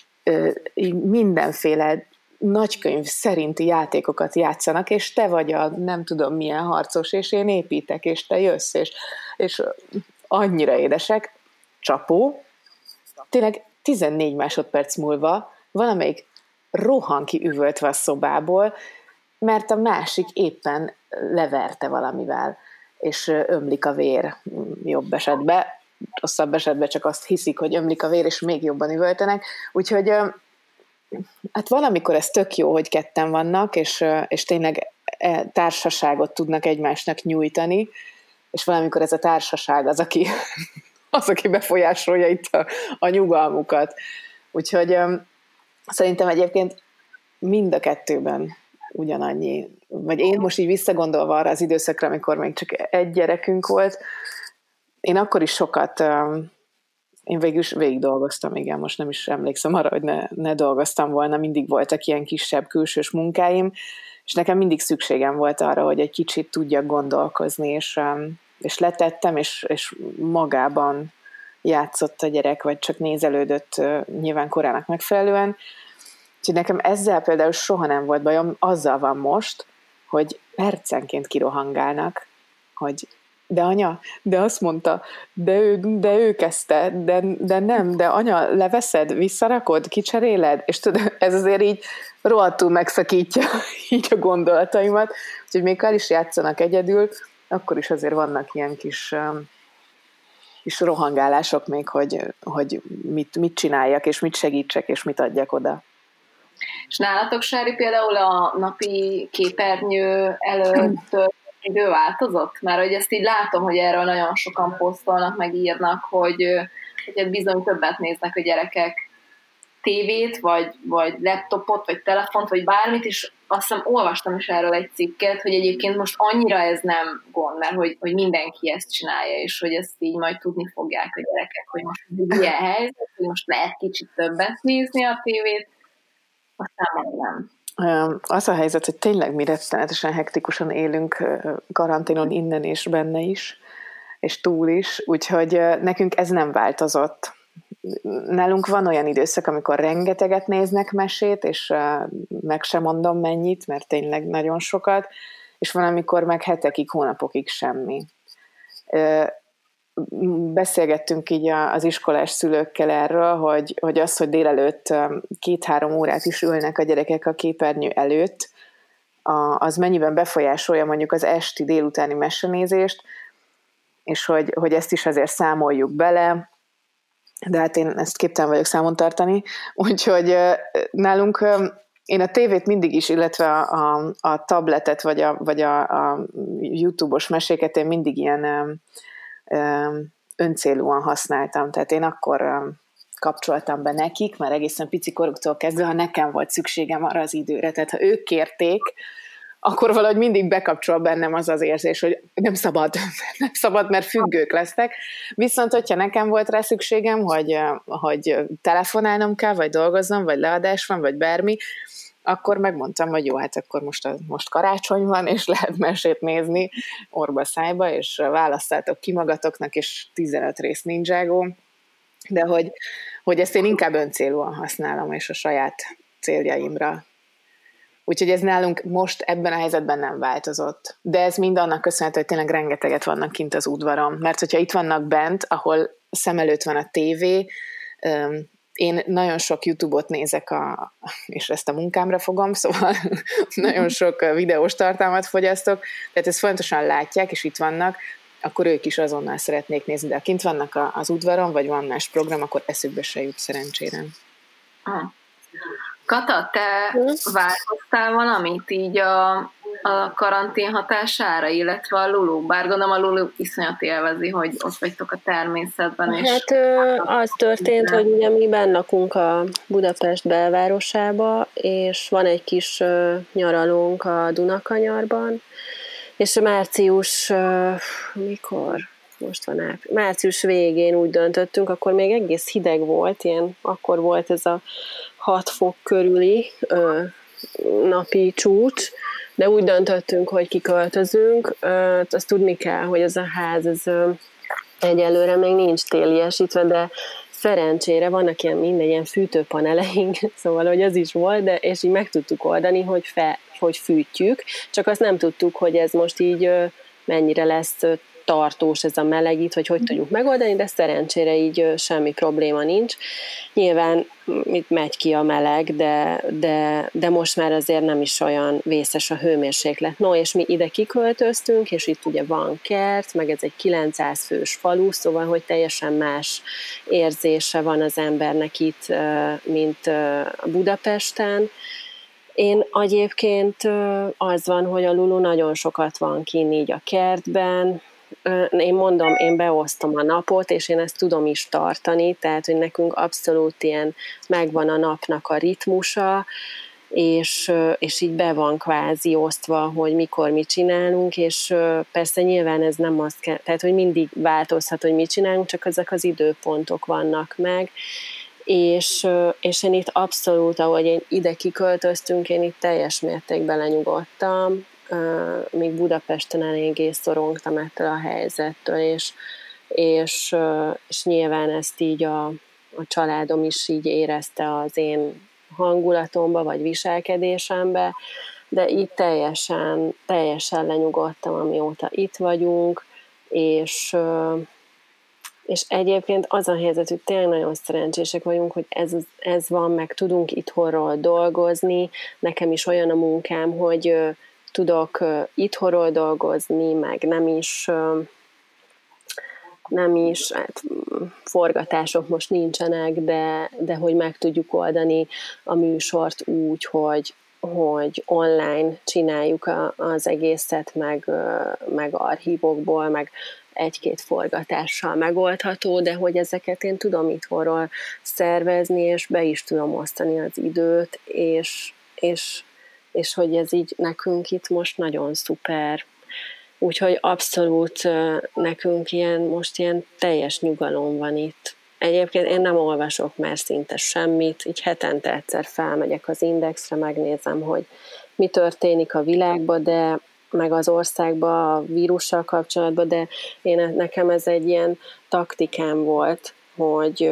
mindenféle nagykönyv szerinti játékokat játszanak, és te vagy a nem tudom milyen harcos, és én építek, és te jössz, és, és annyira édesek, csapó, tényleg tizennégy másodperc múlva valamelyik rohan ki üvöltve a szobából, mert a másik éppen leverte valamivel, és ömlik a vér jobb esetben, rosszabb esetben csak azt hiszik, hogy ömlik a vér, és még jobban üvöltenek, úgyhogy hát van, amikor ez tök jó, hogy ketten vannak, és, és tényleg társaságot tudnak egymásnak nyújtani, és valamikor ez a társaság az, aki, az, aki befolyásolja itt a, a nyugalmukat. Úgyhogy um, szerintem egyébként mind a kettőben ugyanannyi. Vagy én most így visszagondolva arra az időszakra, amikor még csak egy gyerekünk volt, én akkor is sokat, um, én végül is végig dolgoztam, igen, most nem is emlékszem arra, hogy ne, ne dolgoztam volna, mindig voltak ilyen kisebb külsős munkáim, és nekem mindig szükségem volt arra, hogy egy kicsit tudjak gondolkozni, és, és letettem, és, és magában játszott a gyerek, vagy csak nézelődött nyilván korának megfelelően. Úgyhogy nekem ezzel például soha nem volt bajom, azzal van most, hogy percenként kirohangálnak, hogy de anya, de azt mondta, de ő, de ő kezdte, de, de nem, de anya, leveszed, visszarakod, kicseréled, és tudod, ez azért így rohadtul megszakítja így a gondolataimat, úgyhogy még el is játszanak egyedül, akkor is azért vannak ilyen kis, kis rohangálások még, hogy, hogy mit, mit csináljak, és mit segítsek, és mit adjak oda. És nálatok, Sári, például a napi képernyő előtt idő változott? Mert hogy ezt így látom, hogy erről nagyon sokan posztolnak, meg írnak, hogy, hogy bizony többet néznek a gyerekek tévét, vagy, vagy laptopot, vagy telefont, vagy bármit, és azt hiszem olvastam is erről egy cikket, hogy egyébként most annyira ez nem gond, mert hogy, hogy mindenki ezt csinálja, és hogy ezt így majd tudni fogják a gyerekek, hogy most ilyen helyzet, hogy most lehet kicsit többet nézni a tévét, aztán majd nem. Az a helyzet, hogy tényleg mi rettenetesen hektikusan élünk karanténon innen és benne is, és túl is, úgyhogy nekünk ez nem változott. Nálunk van olyan időszak, amikor rengeteget néznek mesét, és meg sem mondom mennyit, mert tényleg nagyon sokat, és van, amikor meg hetekig, hónapokig semmi. Beszélgettünk így az iskolás szülőkkel erről, hogy, hogy az, hogy délelőtt két-három órát is ülnek a gyerekek a képernyő előtt, az mennyiben befolyásolja mondjuk az esti délutáni mesenézést, és hogy, hogy ezt is azért számoljuk bele, de hát én ezt képtelen vagyok számon tartani, úgyhogy nálunk én a tévét mindig is, illetve a, a, a tabletet, vagy a, vagy a, a YouTube-os meséket én mindig ilyen öncélúan használtam, tehát én akkor kapcsoltam be nekik, már egészen pici koruktól kezdve, ha nekem volt szükségem arra az időre, tehát ha ők kérték, akkor valahogy mindig bekapcsol bennem az az érzés, hogy nem szabad, nem szabad, mert függők lesznek. Viszont, hogyha nekem volt rá szükségem, hogy, hogy telefonálnom kell, vagy dolgoznom, vagy leadás van, vagy bármi, akkor megmondtam, hogy jó, hát akkor most, a, most karácsony van, és lehet mesét nézni orba szájba, és választátok ki magatoknak, és tizenöt rész ninjágó, de hogy, hogy ezt én inkább öncélúan használom, és a saját céljaimra. Úgyhogy ez nálunk most ebben a helyzetben nem változott. De ez mind annak köszönhető, hogy tényleg rengeteget vannak kint az udvaron. Mert hogyha itt vannak bent, ahol szem előtt van a tévé, én nagyon sok YouTube-ot nézek, a, és ezt a munkámra fogom, szóval nagyon sok videós tartalmat fogyasztok, tehát ezt fontosan látják, és itt vannak, akkor ők is azonnal szeretnék nézni, de ha kint vannak az udvaron, vagy van más program, akkor eszükbe se jut szerencsére. Ah. Kata, te változtál valamit így a, a karantén hatására, illetve a Lulu? Bár gondolom a Lulu iszonyat élvezi, hogy ott vagytok a természetben. És hát ö, az történt, hogy ugye mi benn lakunk a Budapest belvárosába, és van egy kis ö, nyaralónk a Dunakanyarban, és március, ö, mikor? Most van áp. Március végén úgy döntöttünk, akkor még egész hideg volt, ilyen, akkor volt ez a hat fok körüli ö, napi csúcs, de úgy döntöttünk, hogy kiköltözünk. Azt tudni kell, hogy ez a ház, ez egyelőre még nincs téliesítve, de szerencsére vannak ilyen mindegy, ilyen fűtőpaneleink, szóval, hogy az is volt, de, és így meg tudtuk oldani, hogy, fe, hogy fűtjük, csak azt nem tudtuk, hogy ez most így mennyire lesz tartós ez a meleg itt, hogy hogy tudjuk megoldani, de szerencsére így semmi probléma nincs. Nyilván itt megy ki a meleg, de, de, de most már azért nem is olyan vészes a hőmérséklet. No, és mi ide kiköltöztünk, és itt ugye van kert, meg ez egy kilencszáz fős falu, szóval, hogy teljesen más érzése van az embernek itt, mint Budapesten. Én egyébként az van, hogy a Lulu nagyon sokat van kinn így a kertben. Én mondom, én beosztom a napot, és én ezt tudom is tartani, tehát, hogy nekünk abszolút ilyen megvan a napnak a ritmusa, és, és így be van kvázi osztva, hogy mikor mit csinálunk, és persze nyilván ez nem azt kell, tehát, hogy mindig változhat, hogy mit csinálunk, csak ezek az időpontok vannak meg, és, és én itt abszolút, ahogy én ide kiköltöztünk, én itt teljes mértékben lenyugodtam, még Budapesten eléggé szorongtam ettől a helyzettől, és, és, és nyilván ezt így a, a családom is így érezte az én hangulatomba, vagy viselkedésembe, de itt teljesen, teljesen lenyugodtam, amióta itt vagyunk, és, és egyébként az a helyzet, hogy tényleg nagyon szerencsések vagyunk, hogy ez, ez van, meg tudunk itthonról dolgozni, nekem is olyan a munkám, hogy tudok itthonról dolgozni, meg nem is, nem is, hát forgatások most nincsenek, de, de hogy meg tudjuk oldani a műsort úgy, hogy, hogy online csináljuk a, az egészet, meg, meg archívokból, meg egy-két forgatással megoldható, de hogy ezeket én tudom itthonról szervezni, és be is tudom osztani az időt, és, és és hogy ez így nekünk itt most nagyon szuper. Úgyhogy abszolút nekünk ilyen, most ilyen teljes nyugalom van itt. Egyébként én nem olvasok már szinte semmit, így hetente egyszer felmegyek az Indexre, megnézem, hogy mi történik a világban, de meg az országban a vírussal kapcsolatban, de én, nekem ez egy ilyen taktikám volt, hogy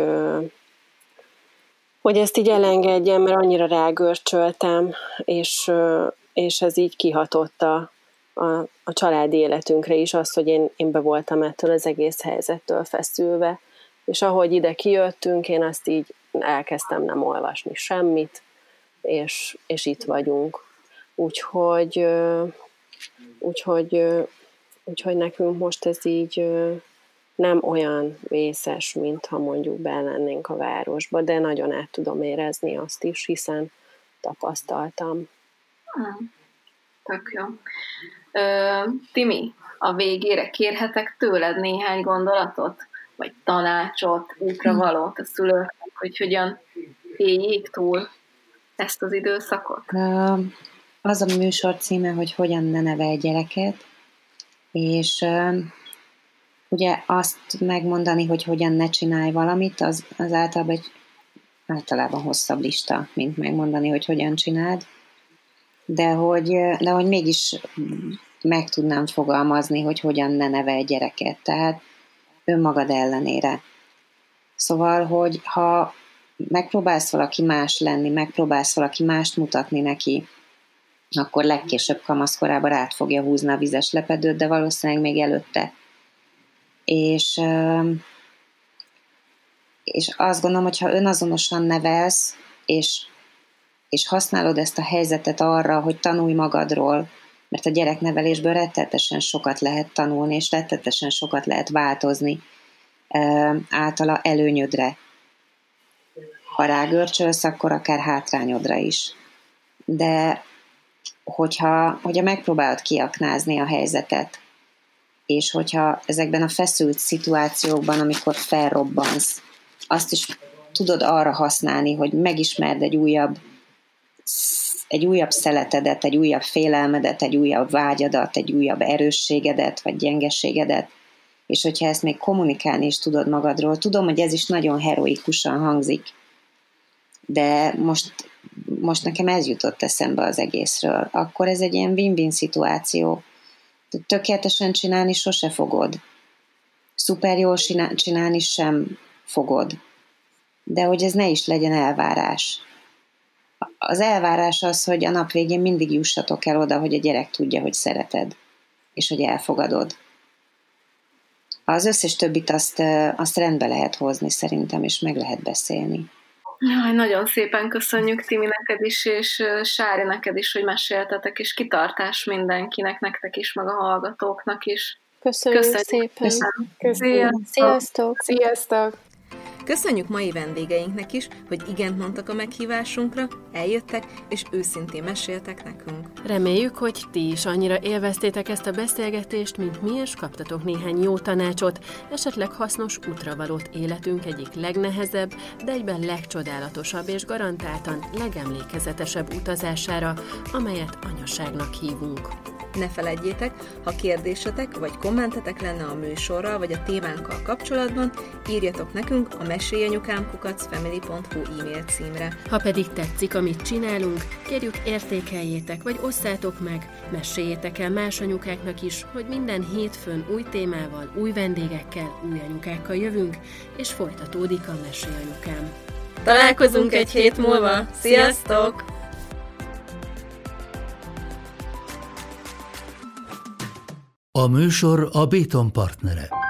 hogy ezt így elengedjem, mert annyira rágörcsöltem, és, és ez így kihatott a, a, a családi életünkre is, az, hogy én, én be voltam ettől az egész helyzettől feszülve. És ahogy ide kijöttünk, én azt így elkezdtem nem olvasni semmit, és, és itt vagyunk. Úgyhogy, úgyhogy, úgyhogy nekünk most ez így nem olyan vészes, mint ha mondjuk belennénk a városba, de nagyon át tudom érezni azt is, hiszen tapasztaltam. Hmm. Tök jó. Ö, Timi, a végére kérhetek tőled néhány gondolatot, vagy tanácsot, útravalót a szülőknek, hogy hogyan éljék túl ezt az időszakot? Az a műsor címe, hogy hogyan ne nevelj gyereket, és ugye azt megmondani, hogy hogyan ne csinálj valamit, az, az általában egy általában hosszabb lista, mint megmondani, hogy hogyan csináld, de hogy, de hogy mégis meg tudnám fogalmazni, hogy hogyan ne nevelj gyereket, tehát önmagad ellenére. Szóval, hogy ha megpróbálsz valaki más lenni, megpróbálsz valaki mást mutatni neki, akkor legkésőbb kamaszkorában át fogja húzni a vizes lepedőt, de valószínűleg még előtte. És, és azt gondolom, hogy ha önazonosan nevelsz, és, és használod ezt a helyzetet arra, hogy tanulj magadról, mert a gyereknevelésből rettenetesen sokat lehet tanulni, és rettenetesen sokat lehet változni általa előnyödre. Ha rágörcsölsz, akkor akár hátrányodra is. De hogyha, hogyha megpróbálod kiaknázni a helyzetet, és hogyha ezekben a feszült szituációkban, amikor felrobbansz, azt is tudod arra használni, hogy megismerd egy újabb, egy újabb szeletedet, egy újabb félelmedet, egy újabb vágyadat, egy újabb erősségedet, vagy gyengeségedet, és hogyha ezt még kommunikálni is tudod magadról, tudom, hogy ez is nagyon heroikusan hangzik, de most, most nekem ez jutott eszembe az egészről. Akkor ez egy ilyen win-win szituáció. Tökéletesen csinálni sose fogod. Szuper jól csinálni sem fogod. De hogy ez ne is legyen elvárás. Az elvárás az, hogy a nap végén mindig jussatok el oda, hogy a gyerek tudja, hogy szereted, és hogy elfogadod. Az összes többit azt, azt rendbe lehet hozni szerintem, és meg lehet beszélni. Jaj, nagyon szépen köszönjük, Timi, neked is, és Sári, neked is, hogy meséltetek, és kitartás mindenkinek, nektek is, meg a hallgatóknak is. Köszönjük, Köszönjük szépen. szépen. Köszönjük. Sziasztok! Sziasztok! Köszönjük mai vendégeinknek is, hogy igent mondtak a meghívásunkra, eljöttek és őszintén meséltek nekünk. Reméljük, hogy ti is annyira élveztétek ezt a beszélgetést, mint mi, és kaptatok néhány jó tanácsot, esetleg hasznos útravalót életünk egyik legnehezebb, de egyben legcsodálatosabb és garantáltan legemlékezetesebb utazására, amelyet anyaságnak hívunk. Ne feledjétek, ha kérdésetek vagy kommentetek lenne a műsorral vagy a témánkkal kapcsolatban, írjatok nekünk a mesélyanyukám kukac family pont hu e-mail címre. Ha pedig tetszik, amit csinálunk, kérjük értékeljétek vagy osszátok meg, meséljétek el más anyukáknak is, hogy minden hétfőn új témával, új vendégekkel, új anyukákkal jövünk, és folytatódik a Mesélyanyukám. Találkozunk egy hét múlva! Sziasztok! A műsor a Béton partnere.